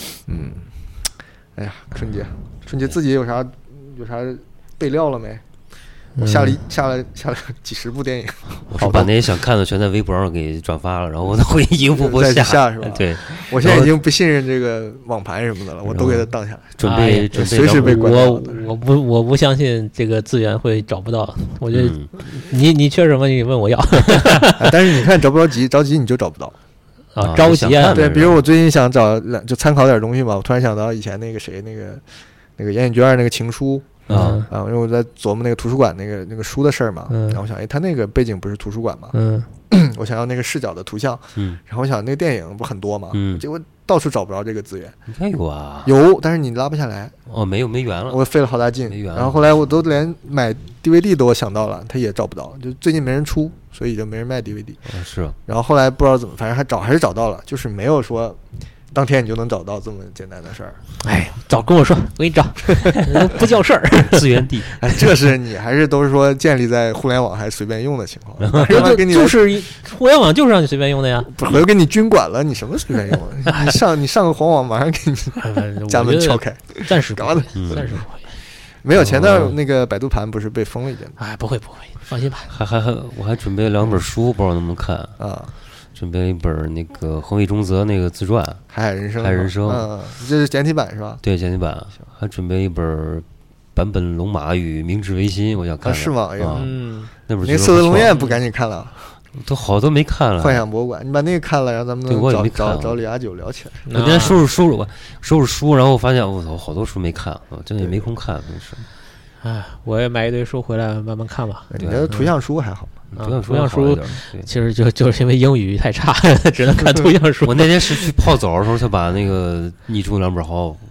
哎呀，春节自己有啥备料了没？我下了几10部电影， 我把那些想看的全在微博上给转发了，然后我会一步步下是吧？ 对， 我现在已经不信任这个网盘什么的了，我都给它荡下来， 准备随时被关掉。 我不相信这个资源会找不到，我觉得你缺什么你问我要， 但是你看着不着急你就找不到啊，着急啊！ 对，比如我最近想就参考点东西嘛，我突然想到以前那个谁那个严选那个情书。因为我在琢磨那个图书馆那个书的事儿嘛，然后我想，他那个背景不是图书馆嘛，我想要那个视角的图像，然后我想那个电影不很多嘛，结果到处找不着这个资源。 应该有啊， 有，但是你拉不下来。 没缘了， 我费了好大劲，然后后来我都连买 DVD 都想到了，他也找不到，就最近没人出，所以就没人卖 DVD。 是。然后后来不知道怎么，反正还是找到了，就是没有说。当天你就能找到这么简单的事儿， 哎，早跟我说，我给你找，不叫事儿， 资源地。 哎，这是你还是都是说建立在互联网还随便用的情况？ 就是互联网就是让你随便用的呀， 回头给你军管了，你什么随便用？你上个黄网，马上给你家门敲开， 暂时干嘛的？ 暂时不会。 没有，前段那个百度盘不是被封了一件？ 哎，不会，放心吧。 我还准备2本书，不知道能不能看啊。 准备一本那个横尾中泽那个自传《 海海人生》，这是简体版是吧？ 对，简体版。还准备一本坂本龙马与明治维新，我想看。 是吗？哎呀， 那本 《色泽龙彦》不赶紧看了？ 都好多没看了。 幻想博物馆，你把那个看了，然后咱们找李阿九聊起来。 我今天收拾书，然后发现我操，好多书没看，真的也没空看，真是。 哎，我也买一堆书回来慢慢看吧。 你的图像书还好吗？ 图像书其实就是因为英语太差，只能看图像书。 我那天是去泡澡的时候，才把那个逆中2本好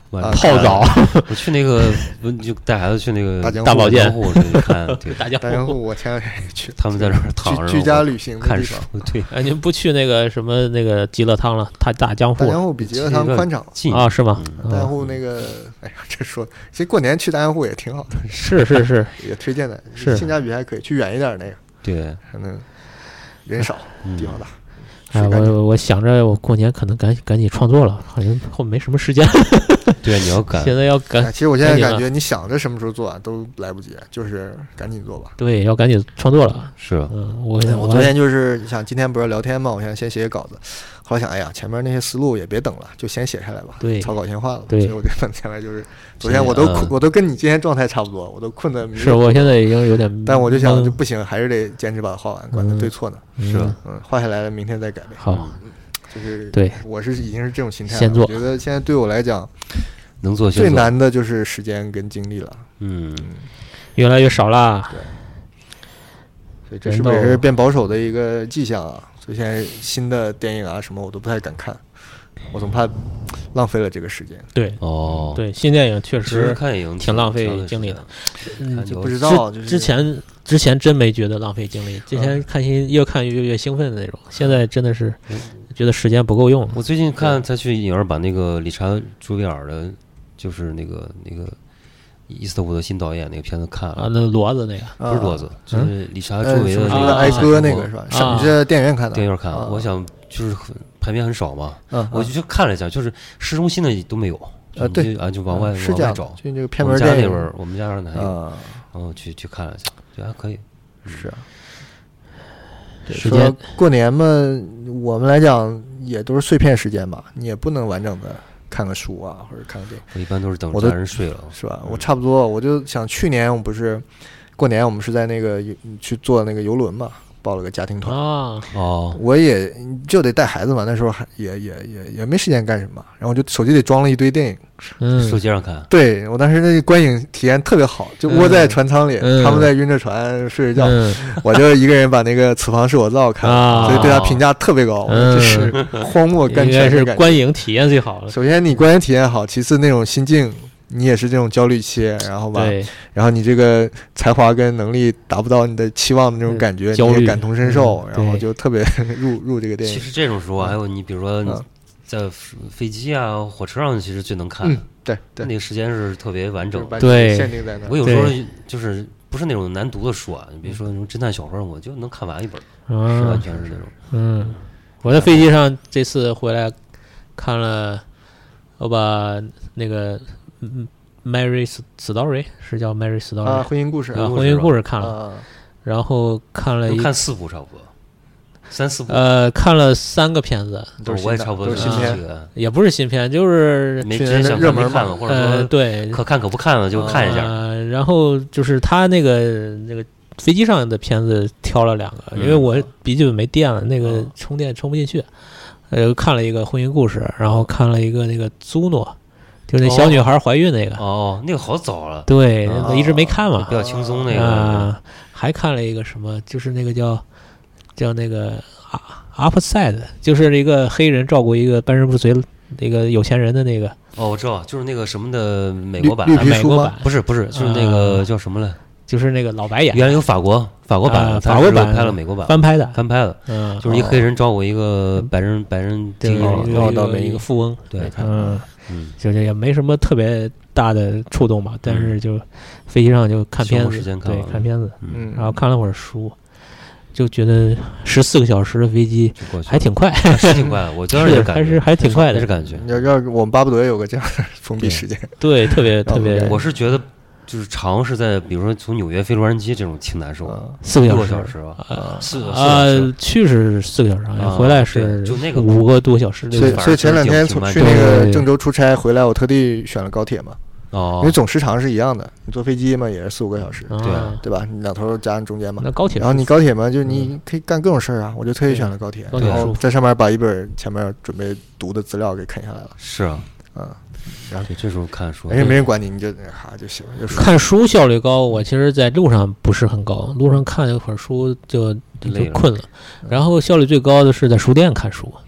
泡澡。 我去那个就带孩子去那个大保健户看， 大江户我前两天也去， 他们在那儿躺着居家旅行看书。对， 哎，您不去那个什么那个极乐汤了？大江户， 大江户比极乐汤宽敞啊？是吗？ 大江户那个，哎呀，这说其实过年去大江户也挺好的， 是， 也推荐的， 是性价比还可以，去远一点那个， 对， 可能人少，地方大。 哎，我想着我过年可能赶紧创作了，好像后面没什么时间。 对，你要赶， 现在要赶。 其实我现在感觉你想着什么时候做啊都来不及，就是赶紧做吧。 对，要赶紧创作了。 是， 我昨天就是想今天不是聊天嘛，我想先写写稿子，后来想，哎呀，前面那些思路也别等了，就先写下来吧。 对， 草稿先画了。 对， 所以我就本下来就是，昨天我都跟你今天状态差不多，我都困得迷。 是我现在已经有点， 但我就想就不行，还是得坚持把它画完，管它对错呢。 是， 画下来了，明天再改呗。 好。 就是对， 我是已经是这种心态了。 先做， 我觉得现在对我来讲， 能做最难的就是时间跟精力了。 越来越少了。 对，所以这是不是也是变保守的一个迹象啊？所以现在新的电影啊什么我都不太敢看，我总怕浪费了这个时间。 对，对，新电影确实挺浪费精力的。 就不知道， 之前真没觉得浪费精力，之前看越看越兴奋的那种，现在真的是觉得时间不够用。 我最近看才去影院把那个理查朱维尔的，就是那个伊斯特伍德新导演那个片子看了啊，那骡子那个不是骡子，就是理查朱维的那个哀歌那个是吧？你是电影院看的？ 电影院看，我想就是排片很少嘛，我就看了一下，就是市中心的都没有。 对就往外找， 就这个片门电影， 我们家那还有，然后去看了一下，觉得还可以。 是啊， 时间过年嘛，我们来讲也都是碎片时间吧，你也不能完整的看个书啊，或者看个电影。 我一般都是等家人睡了， 是吧？我差不多，我就想去年我们不是过年，我们是在那个去坐那个游轮嘛。报了个家庭团我也就得带孩子嘛，那时候还也没时间干什么，然后我就手机里装了一堆电影，手机上看。 对，我当时那观影体验特别好，就窝在船舱里，他们在晕着船睡着觉，我就一个人把那个《此房是我造》看，所以对他评价特别高，就是荒漠甘泉， 是观影体验最好了。 首先你观影体验好，其次那种心境。你也是这种焦虑期，然后吧，然后你这个才华跟能力达不到你的期望的那种感觉，你也感同身受，然后就特别入这个电影。 其实这种时候还有你比如说在飞机啊、火车上，其实最能看。 对， 那个时间是特别完整。 对， 限定在那。 我有时候就是不是那种难读的书啊，你比如说那种侦探小说，我就能看完一本，是完全是那种。 我在飞机上这次回来看了，我把那个。Mary Story 是叫 Mary Story 啊，婚姻故事婚姻故事看了，然后看了看4部差不多，3、4部。 看了3个片子， 我也差不多新片， 也不是新片，就是没想热门看了，或者说对可看可不看了就看一下。 然后就是他那个飞机上的片子挑了2个，因为我笔记本没电了，那个充电充不进去。看了一个婚姻故事，然后看了一个那个祖诺。就那小女孩怀孕那个那个好早了， 对，我一直没看嘛， 比较轻松那个还看了一个什么，就是那个叫那个Upside， 就是一个黑人照顾一个半身不遂那个有钱人的那个。 我知道，就是那个什么的美国版， 美国版不是，就是那个叫什么来？ 就是那个老白演， 原来有法国版， 法国版拍了美国版， 翻拍的， 就是一黑人照顾一个白人一个富翁， 对， 就是也没什么特别大的触动吧，但是就飞机上就看片子，对，看片子，然后看了会儿书，就觉得14个小时的飞机还挺快， 是挺快的，我当时还挺快的， 是感觉。 要我们巴不得有个这样的封闭时间， 对，特别， 我是觉得。就是长是在，比如说从纽约飞洛杉矶这种挺难受的 ，4个小时吧，4个小时，去是4个小时，回来是就那个 5个多小时。 所以前2天去那个郑州出差回来，我特地选了高铁嘛，因为总时长是一样的，你坐飞机嘛也是4、5个小时，对吧？你2头加上中间嘛。 那高铁， 然后你高铁嘛，就你可以干各种事儿啊，我就特意选了高铁，然后在上面把一本前面准备读的资料给啃下来了。 是啊，然后这时候看书， 而且没人管你，你就就行。 看书效率高，我其实在路上不是很高，路上看一会儿书就困了。然后效率最高的是在书店看书，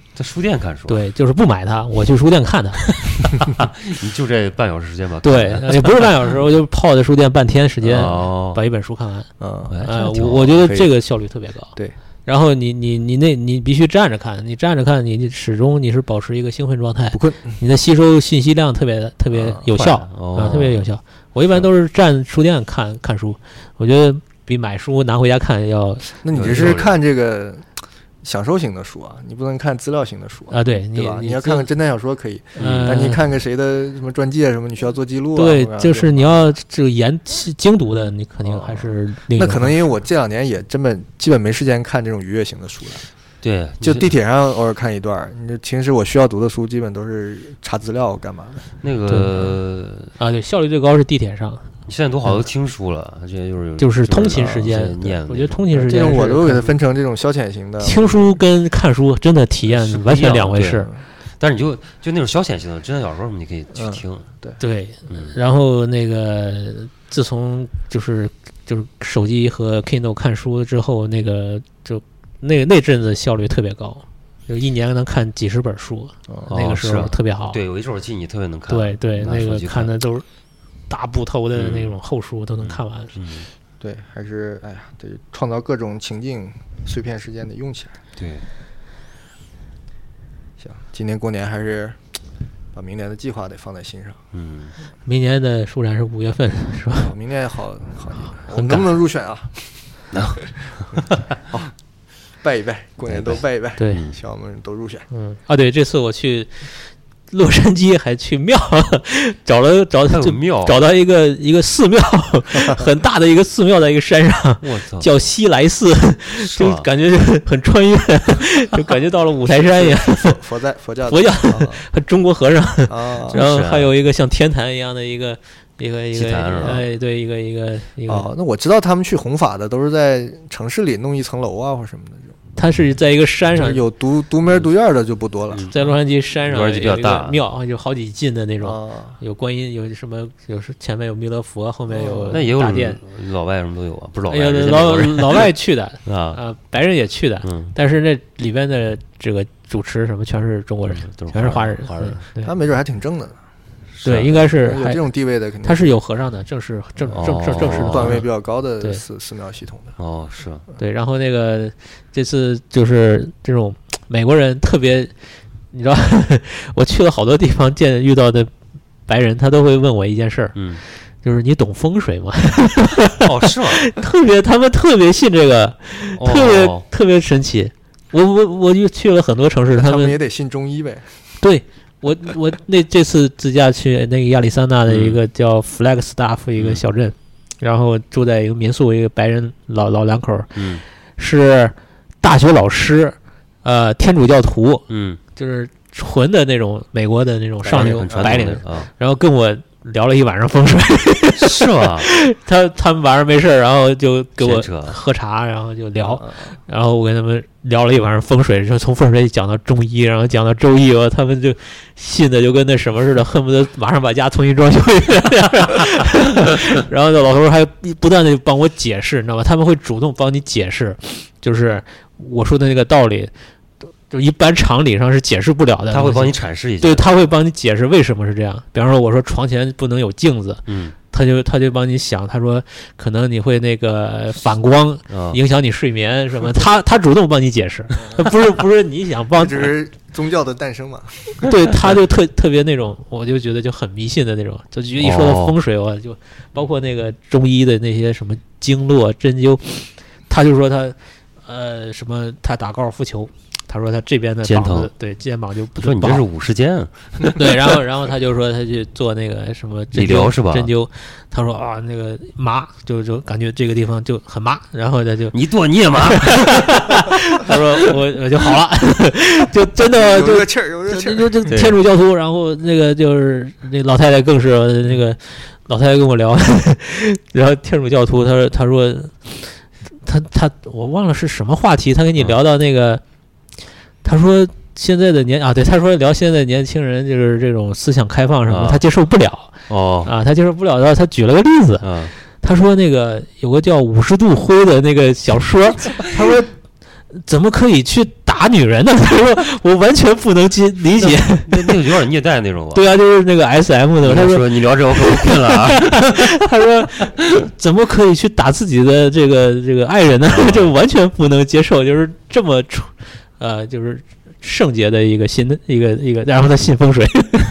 在书店看书？ 对，就是不买它，我去书店看它。 你就这半小时时间吧？ 对，也不是半小时，我就泡在书店半天时间，把一本书看完。我觉得这个效率特别高。 对。 然后你必须站着看，你站着看，你始终你是保持一个兴奋状态， 不困， 你的吸收信息量特别有效特别有效。我一般都是站书店看书，我觉得比买书拿回家看要。 那你这是看这个享受型的书啊，你不能看资料型的书啊。对， 对吧？你要看看侦探小说可以，但你看个谁的什么传记啊什么，你需要做记录啊。 对，就是你要这个精读的，你肯定还是那可能因为我这2年也基本没时间看这种愉悦型的书了。 对， 就地铁上偶尔看一段，你平时我需要读的书基本都是查资料干嘛的。 那个对，效率最高是地铁上。 现在都好多听书了，这些就是通勤时间念。 我觉得通勤时间这种我都给它分成这种消遣型的。 听书跟看书真的体验完全两回事。 但是你就那种消遣型的侦探小说什么，你可以去听。 对，然后那个自从就是手机和 Kindle 看书之后，那个那阵子效率特别高。就1年能看几十本书，那个时候特别好。 对，有一手记你特别能看。 对，那个看的都是大部头的那种厚书都能看完。 对，还是得创造各种情境，碎片时间得用起来。 对， 行，今年过年还是把明年的计划得放在心上。 明年的书展是5月份，是吧？ 明年好，我们能不能入选啊？ 能。 好。拜一拜，过年都拜一拜。 对， 希望我们都入选。 对，这次我去洛杉矶还去庙，找到一个寺庙，很大的一个寺庙，在一个山上，叫西来寺，就感觉很穿越，就感觉到了五台山一样。 佛教中国和尚，然后还有一个像天坛一样的一个对，一个。 那我知道他们去弘法的都是在城市里弄一层楼啊，或什么的。 它是在一个山上， 有独门独院的就不多了。 在洛杉矶山上有一个庙，有好几进的那种，有观音，有什么，前面有弥勒佛，后面有大殿。 老外什么都有啊，不是老外去的白人也去的，但是那里边的这个主持什么全是中国人，全是华人。 他没准还挺正的。 对，应该是有这种地位的，肯定他是有和尚的，正式的段位比较高的寺庙系统的。 是对。然后那个这次就是这种美国人特别，你知道，我去了好多地方遇到的白人，他都会问我一件事儿，就是你懂风水吗？ 是吗？ 他们特别信这个，特别神奇。我就去了很多城市， 他们也得信中医呗。 对。我这次自驾去那个亚利桑那的一个叫 Flagstaff 一个小镇，然后住在一个民宿，一个白人老两口，是大学老师，天主教徒，就是纯的那种美国的那种上流白领，然后跟我聊了一晚上风水。 是吗？ 他们晚上没事，然后就给我喝茶，然后就聊，然后我跟他们聊了一晚上风水，就从风水讲到中医，然后讲到周易，他们就信的就跟那什么似的，恨不得马上把家重新装修一样。然后老头还不断的帮我解释，你知道吗？他们会主动帮你解释，就是我说的那个道理。就一般常理上是解释不了的， 他会帮你阐释一下。 对，他会帮你解释为什么是这样。比方说，我说床前不能有镜子，他就帮你想，他说可能你会那个反光，影响你睡眠什么。他主动帮你解释，不是你想帮， 只是宗教的诞生嘛。 对，他就特别那种，我就觉得就很迷信的那种。就一说到风水，我就包括那个中医的那些什么经络针灸，他就说他什么他打高尔夫球。他说他这边的膀子，对肩膀就不说你这是50肩， 对，然后他就说他去做那个什么理疗是吧？ 针灸，他说那个麻，就感觉这个地方就很麻，然后他就你做你也麻， 他说我就好了，就真的有热气儿，有热气儿， 就天主教徒，然后那个就是那老太太更是那个老太太跟我聊，然后天主教徒他说他我忘了是什么话题，他跟你聊到那个。他说现在的对，他说聊现在年轻人就是这种思想开放什么，他接受不了。他接受不了的，他举了个例子。他说那个有个叫50度灰的那个小说，他说怎么可以去打打女人呢？他说我完全不能理解， 那个有点虐待那种吧？ 对啊，就是那个 SM 的。他说你聊这我可不困了啊。 他说怎么可以去打自己的这个爱人呢？这完全不能接受，就是这么就是圣洁的一个信的一个，然后他信风水。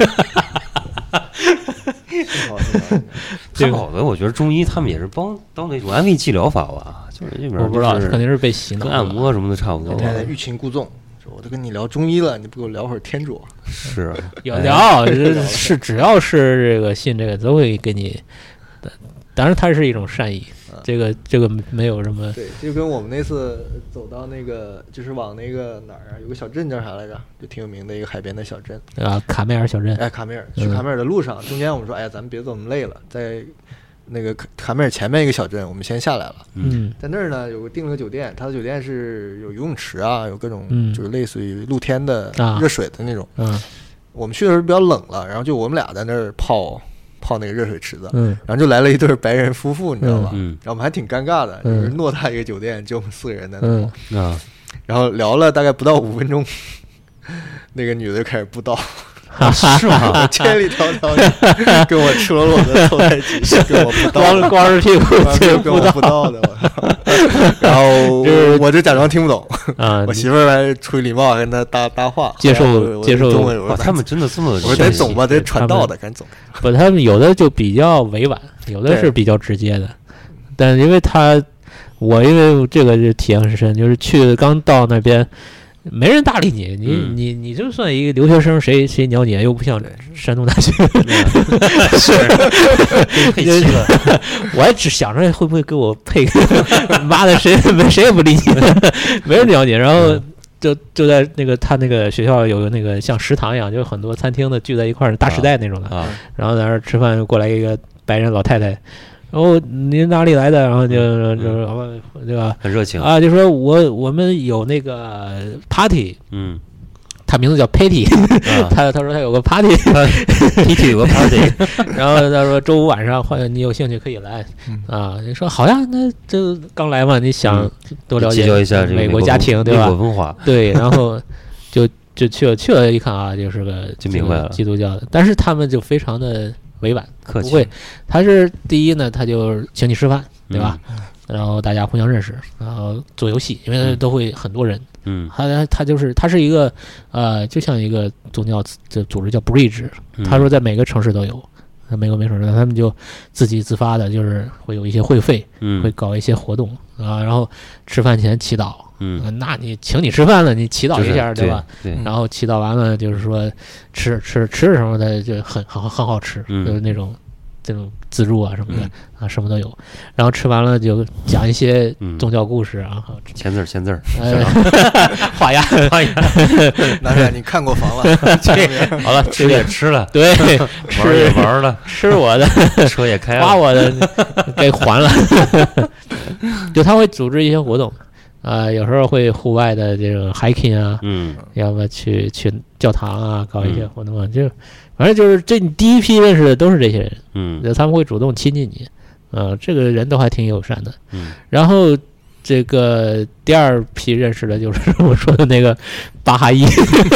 挺好的，我觉得中医他们也是当那种安慰剂疗法吧，就是这边我不知道，肯定是被洗脑， 跟按摩什么的差不多。 欲擒故纵，我都跟你聊中医了，你不给我聊会儿天竺？ 是有聊，是只要是这个信这个都会给你，当然它是一种善意。这个没有什么， 对，就跟我们那次走到那个，就是往那个哪儿啊，有个小镇叫啥来着，就挺有名的一个海边的小镇啊，卡梅尔小镇。 卡梅尔，去卡梅尔的路上，中间我们说，哎呀，咱们别走那么累了，在那个卡梅尔前面一个小镇，我们先下来了。在那儿呢，订了个酒店，它的酒店是有游泳池啊，有各种就是类似于露天的热水的那种。我们去的时候比较冷了，然后就我们俩在那儿泡那个热水池子，然后就来了一对白人夫妇，你知道吧？然后我们还挺尴尬的，就是偌大一个酒店，就我们4个人在那泡，然后聊了大概不到5分钟，那个女的就开始布道。 是吗？ 千里迢迢跟我赤裸裸的凑在一起，跟我布道， 光着屁股跟我布道的，然后我就假装听不懂啊。我媳妇儿还出于礼貌跟他搭话， 接受中文。 哇，他们真的这么我得懂吧，得传道的，赶紧走。 不，他们有的就比较委婉，有的是比较直接的。但因为因为这个就体验很深，就是去刚到那边。没人搭理你，你就算一个留学生，谁鸟你？又不像山东大学， 是配齐了。 我还只想着会不会给我配，妈的，谁也不理你，没人鸟你。然后就在那个他那个学校有那个像食堂一样，就很多餐厅的聚在一块儿，大时代那种的。然后在那儿吃饭，过来一个白人老太太。然后您哪里来的？然后就对吧？ 很热情啊，就说我们有那个 party，他名字叫 Patty，他说他有个 party，Patty 有个 party， 然后他说周5晚上你有兴趣可以来啊。你说好呀，那这刚来嘛，你想多了解一下美国家庭对吧？ 美国文化对，然后就去了，一看啊，就是个就明白了基督教的，但是他们就非常的委婉客气， 不会，他是第一呢，他就请你吃饭，对吧？然后大家互相认识，然后做游戏，因为都会很多人。他是一个就像一个宗教的组织叫 Bridge，他说在每个城市都有，美国没城市，他们就自己自发的，就是会有一些会费，会搞一些活动啊，然后吃饭前祈祷。那你请你吃饭了，你祈祷一下，对吧？ 对。 然后祈祷完了，就是说吃什么的就很好吃，就是那种这种自助啊什么的啊，什么都有。然后吃完了就讲一些宗教故事啊， 签字儿， 画押。 男人，你看过房了？ 好了， 吃也吃了， 对， 玩也玩了， 吃我的， 车也开了， 花我的给还了。就他会组织一些活动。有时候会户外的这种 hiking 啊，要么去教堂啊，搞一些活动啊，就反正就是你第一批认识的都是这些人，他们会主动亲近你，这个人都还挺友善的，然后这个第二批认识的就是我说的那个巴哈伊，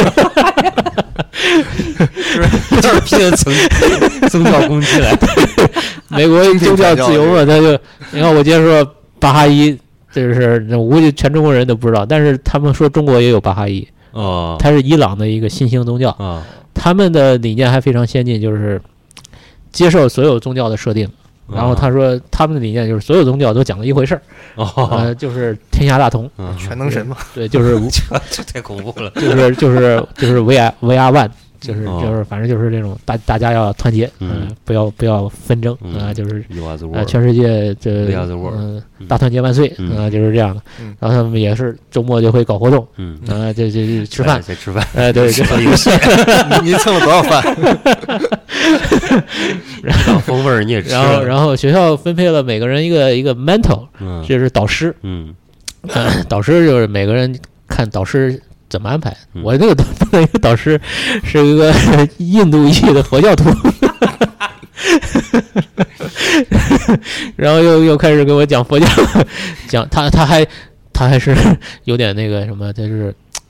第二批的宗教攻击来， 美国宗教自由嘛，他就你看我接着说巴哈伊。就是我估计全中国人都不知道，但是他们说中国也有巴哈伊，它是伊朗的一个新兴宗教，他们的理念还非常先进，就是接受所有宗教的设定。然后他说他们的理念就是所有宗教都讲了一回事儿，就是天下大同， 全能神嘛。 对，就是这太恐怖了， 就是 we are one。就是反正就是这种大家要团结，不要纷争啊，就是全世界大团结万岁啊，就是这样的。然后他们也是周末就会搞活动，就吃饭，对， 喝游戏， 你蹭了多少饭？ 然后风味你也吃。 然后学校分配了每个人一个 mentor，就是导师，导师就是每个人看导师怎么安排？我那个导师是一个印度裔的佛教徒，然后又开始给我讲佛教，讲他还是有点那个什么，就是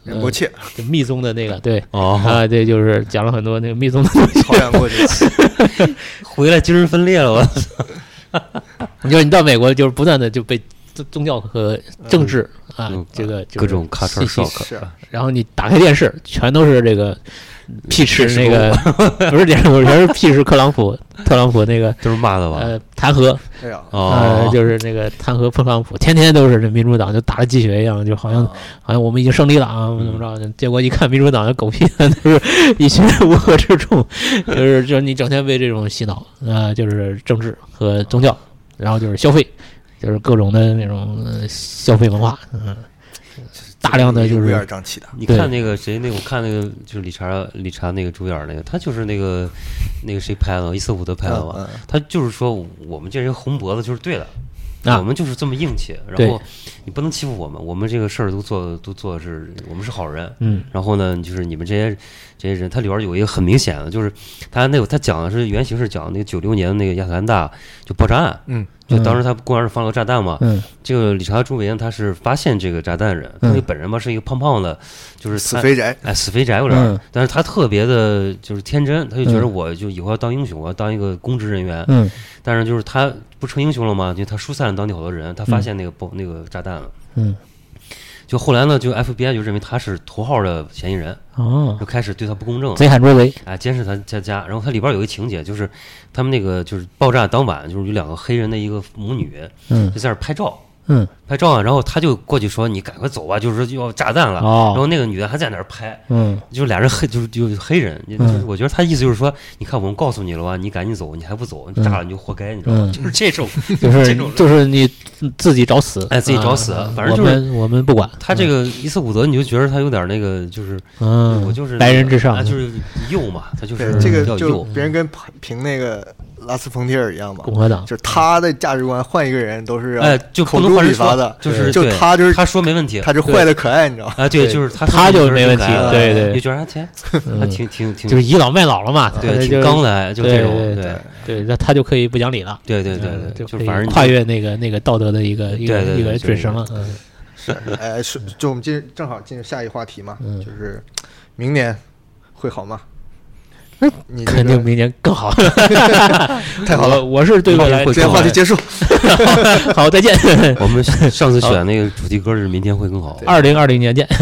仁波切， 就密宗的那个，对，对，就是讲了很多那个密宗的东西。 超洋过去， 回来精神分裂了，我操！ 你到美国就是不断的就被宗教和政治这个各种咔嚓烧烤， 然后你打开电视，全都是这个。屁吃那个不是电视，全是屁吃特朗普那个都是骂的吧？ 弹劾，就是那个弹劾特朗普，天天都是这民主党就打了鸡血一样，就好像我们已经胜利了啊，怎么着？结果一看民主党的狗屁，都是一群乌合之众，就是你整天被这种洗脑就是政治和宗教，然后就是消费，就是各种的那种消费文化，大量的就是乌烟瘴气的。 你看那个谁，那个我看那个就是理查那个主演那个，他就是那个谁拍的，伊斯伍德拍的嘛。他就是说我们这人红脖子就是对的，我们就是这么硬气。然后你不能欺负我们这个事儿都做是我们是好人。然后呢，就是你们这些人，他里边有一个很明显的，就是他讲的是原型是讲那个96年的那个亚特兰大就爆炸案。就当时他公园放了个炸弹嘛，这个理查·朱维恩他是发现这个炸弹人，他本人嘛是一个胖胖的，就是死肥宅， 死肥宅有点，但是他特别的就是天真，他就觉得我就以后要当英雄，我要当一个公职人员，但是就是他不成英雄了嘛，就他疏散了当地好多人，他发现那个炸弹了，就后来呢，就 FBI 就认为他是头号的嫌疑人，就开始对他不公正， 贼喊捉贼， 监视他家。然后他里边有一个情节，就是他们那个就是爆炸当晚，就是有2个黑人的一个母女，就在那拍照。拍照啊，然后他就过去说：“你赶快走吧，就是说要炸弹了。”然后那个女的还在那儿拍，就是俩人就是黑人，就是我觉得他意思就是说，你看我们告诉你了吧，你赶紧走，你还不走，你炸了你就活该，你知道吗？就是这种， 就是你自己找死， 自己找死，反正就是我们不管。 他这个伊斯伍德，你就觉得他有点那个，就是我就是白人至上， 就是右嘛，他就是这个就别人跟评那个拉斯冯提尔一样嘛， 共和党就是他的价值观，换一个人都是就口诛笔伐的，就他就是他说没问题， 他就坏的可爱，你知道吗？ 对，就是他就没问题，对， 就觉得他挺就是倚老卖老了嘛， 对，挺刚的，就这种， 对，那他就可以不讲理了， 对，就反正跨越那个道德的一个准绳了， 是，就我们正好进入下一话题嘛，就是明年会好吗？你肯定明年更好， 太好了！ 我是对未来。 今天话题结束， 好，再见。 我们上次选那个主题歌是明天会更好。 2020年见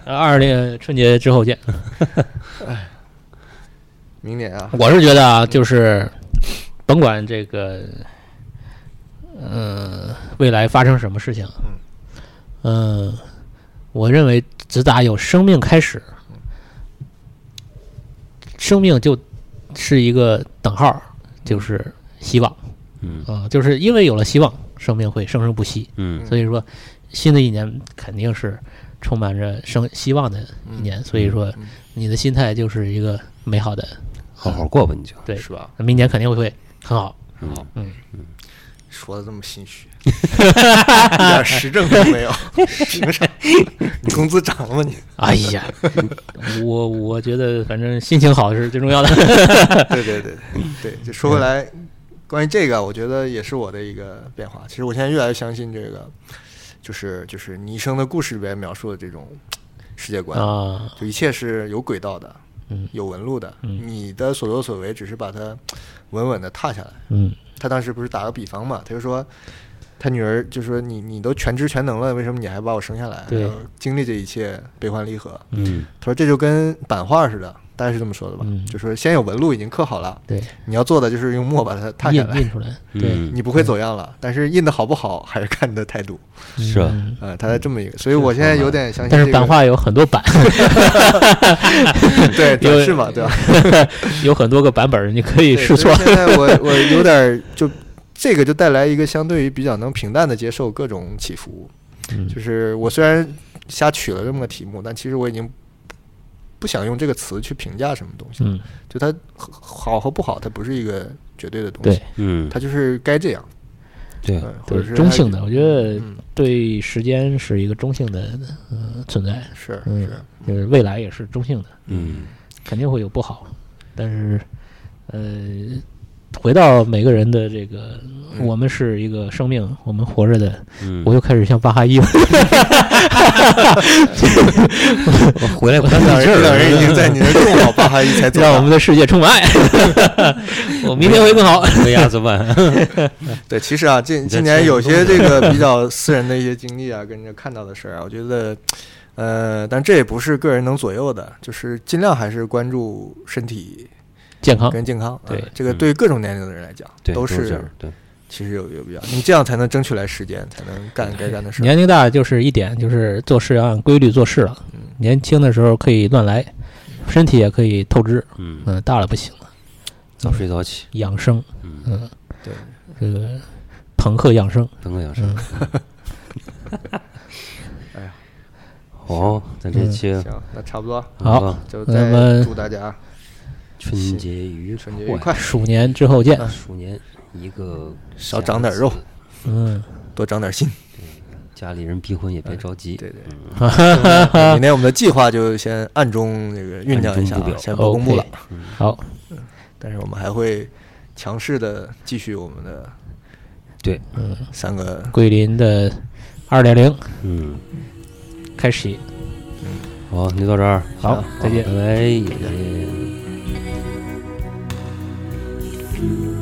，20春节之后见。 明年啊， 我是觉得啊，就是甭管这个，未来发生什么事情，我认为自打有生命开始。生命就是一个等号，就是希望，就是因为有了希望，生命会生生不息，所以说新的一年肯定是充满着希望的一年，所以说你的心态就是一个美好的， 好好过吧，你就对， 是吧？ 明年肯定会很好， 说的这么心虚，一点实证都没有，凭啥？你工资涨了吗你？ 哎呀，我觉得反正心情好是最重要的。 对，就说回来，关于这个，我觉得也是我的一个变化。其实我现在越来越相信这个，就是你一生的故事里边描述的这种世界观啊，就一切是有轨道的，有纹路的，你的所作所为只是把它稳稳的踏下来，他当时不是打个比方嘛，他就说他女儿就说你都全知全能了，为什么你还把我生下来，经历这一切悲欢离合，他说这就跟版画似的，大概是这么说的吧，就说先有纹路已经刻好了， 对， 你要做的就是用墨把它踏下来， 印出来，对， 你不会走样了，但是印的好不好还是看你的态度， 是啊， 他在这么一个，所以我现在有点相信， 但是版画有很多版， 对，是嘛，对吧？ 有很多个版本，你可以试错。 现在我有点就这个就带来一个相对于比较能平淡的接受各种起伏，就是我虽然瞎取了这么个题目，但其实我已经不想用这个词去评价什么东西，就它好和不好，它不是一个绝对的东西，它就是该这样， 对， 或者是中性的。我觉得对时间是一个中性的存在， 是， 就是未来也是中性的，肯定会有不好，但是回到每个人的这个。我们是一个生命，我们活着的。我又开始像巴哈伊了。 我回来不干这事儿，人已经在你那种好巴哈伊才让我们的世界充满爱。我明天会更好。 为鸭子办。 对，其实啊，今年有些这个比较私人的一些经历啊，跟着看到的事儿啊，我觉得，但这也不是个人能左右的，就是尽量还是关注身体健康跟健康。 对， 这个对各种年龄的人来讲，都是对。 其实有必要，你这样才能争取来时间，才能干该干的事。 年龄大就是一点，就是做事要按规律做事了。年轻的时候可以乱来，身体也可以透支。大了不行了， 早睡早起， 养生。 对， 这个朋克养生。 哎呀， 好，咱这期行，那差不多。 好， 就再祝大家春节愉快， 鼠年之后见。 鼠年。一个少长点肉，多长点心。 家里人逼婚也别着急。 对。明天我们的计划就先暗中这个酝酿一下，先不公布了。 好， 但是我们还会强势的继续我们的3个桂林的2.0，开始。 好，就到这儿。 好，再见， 拜拜。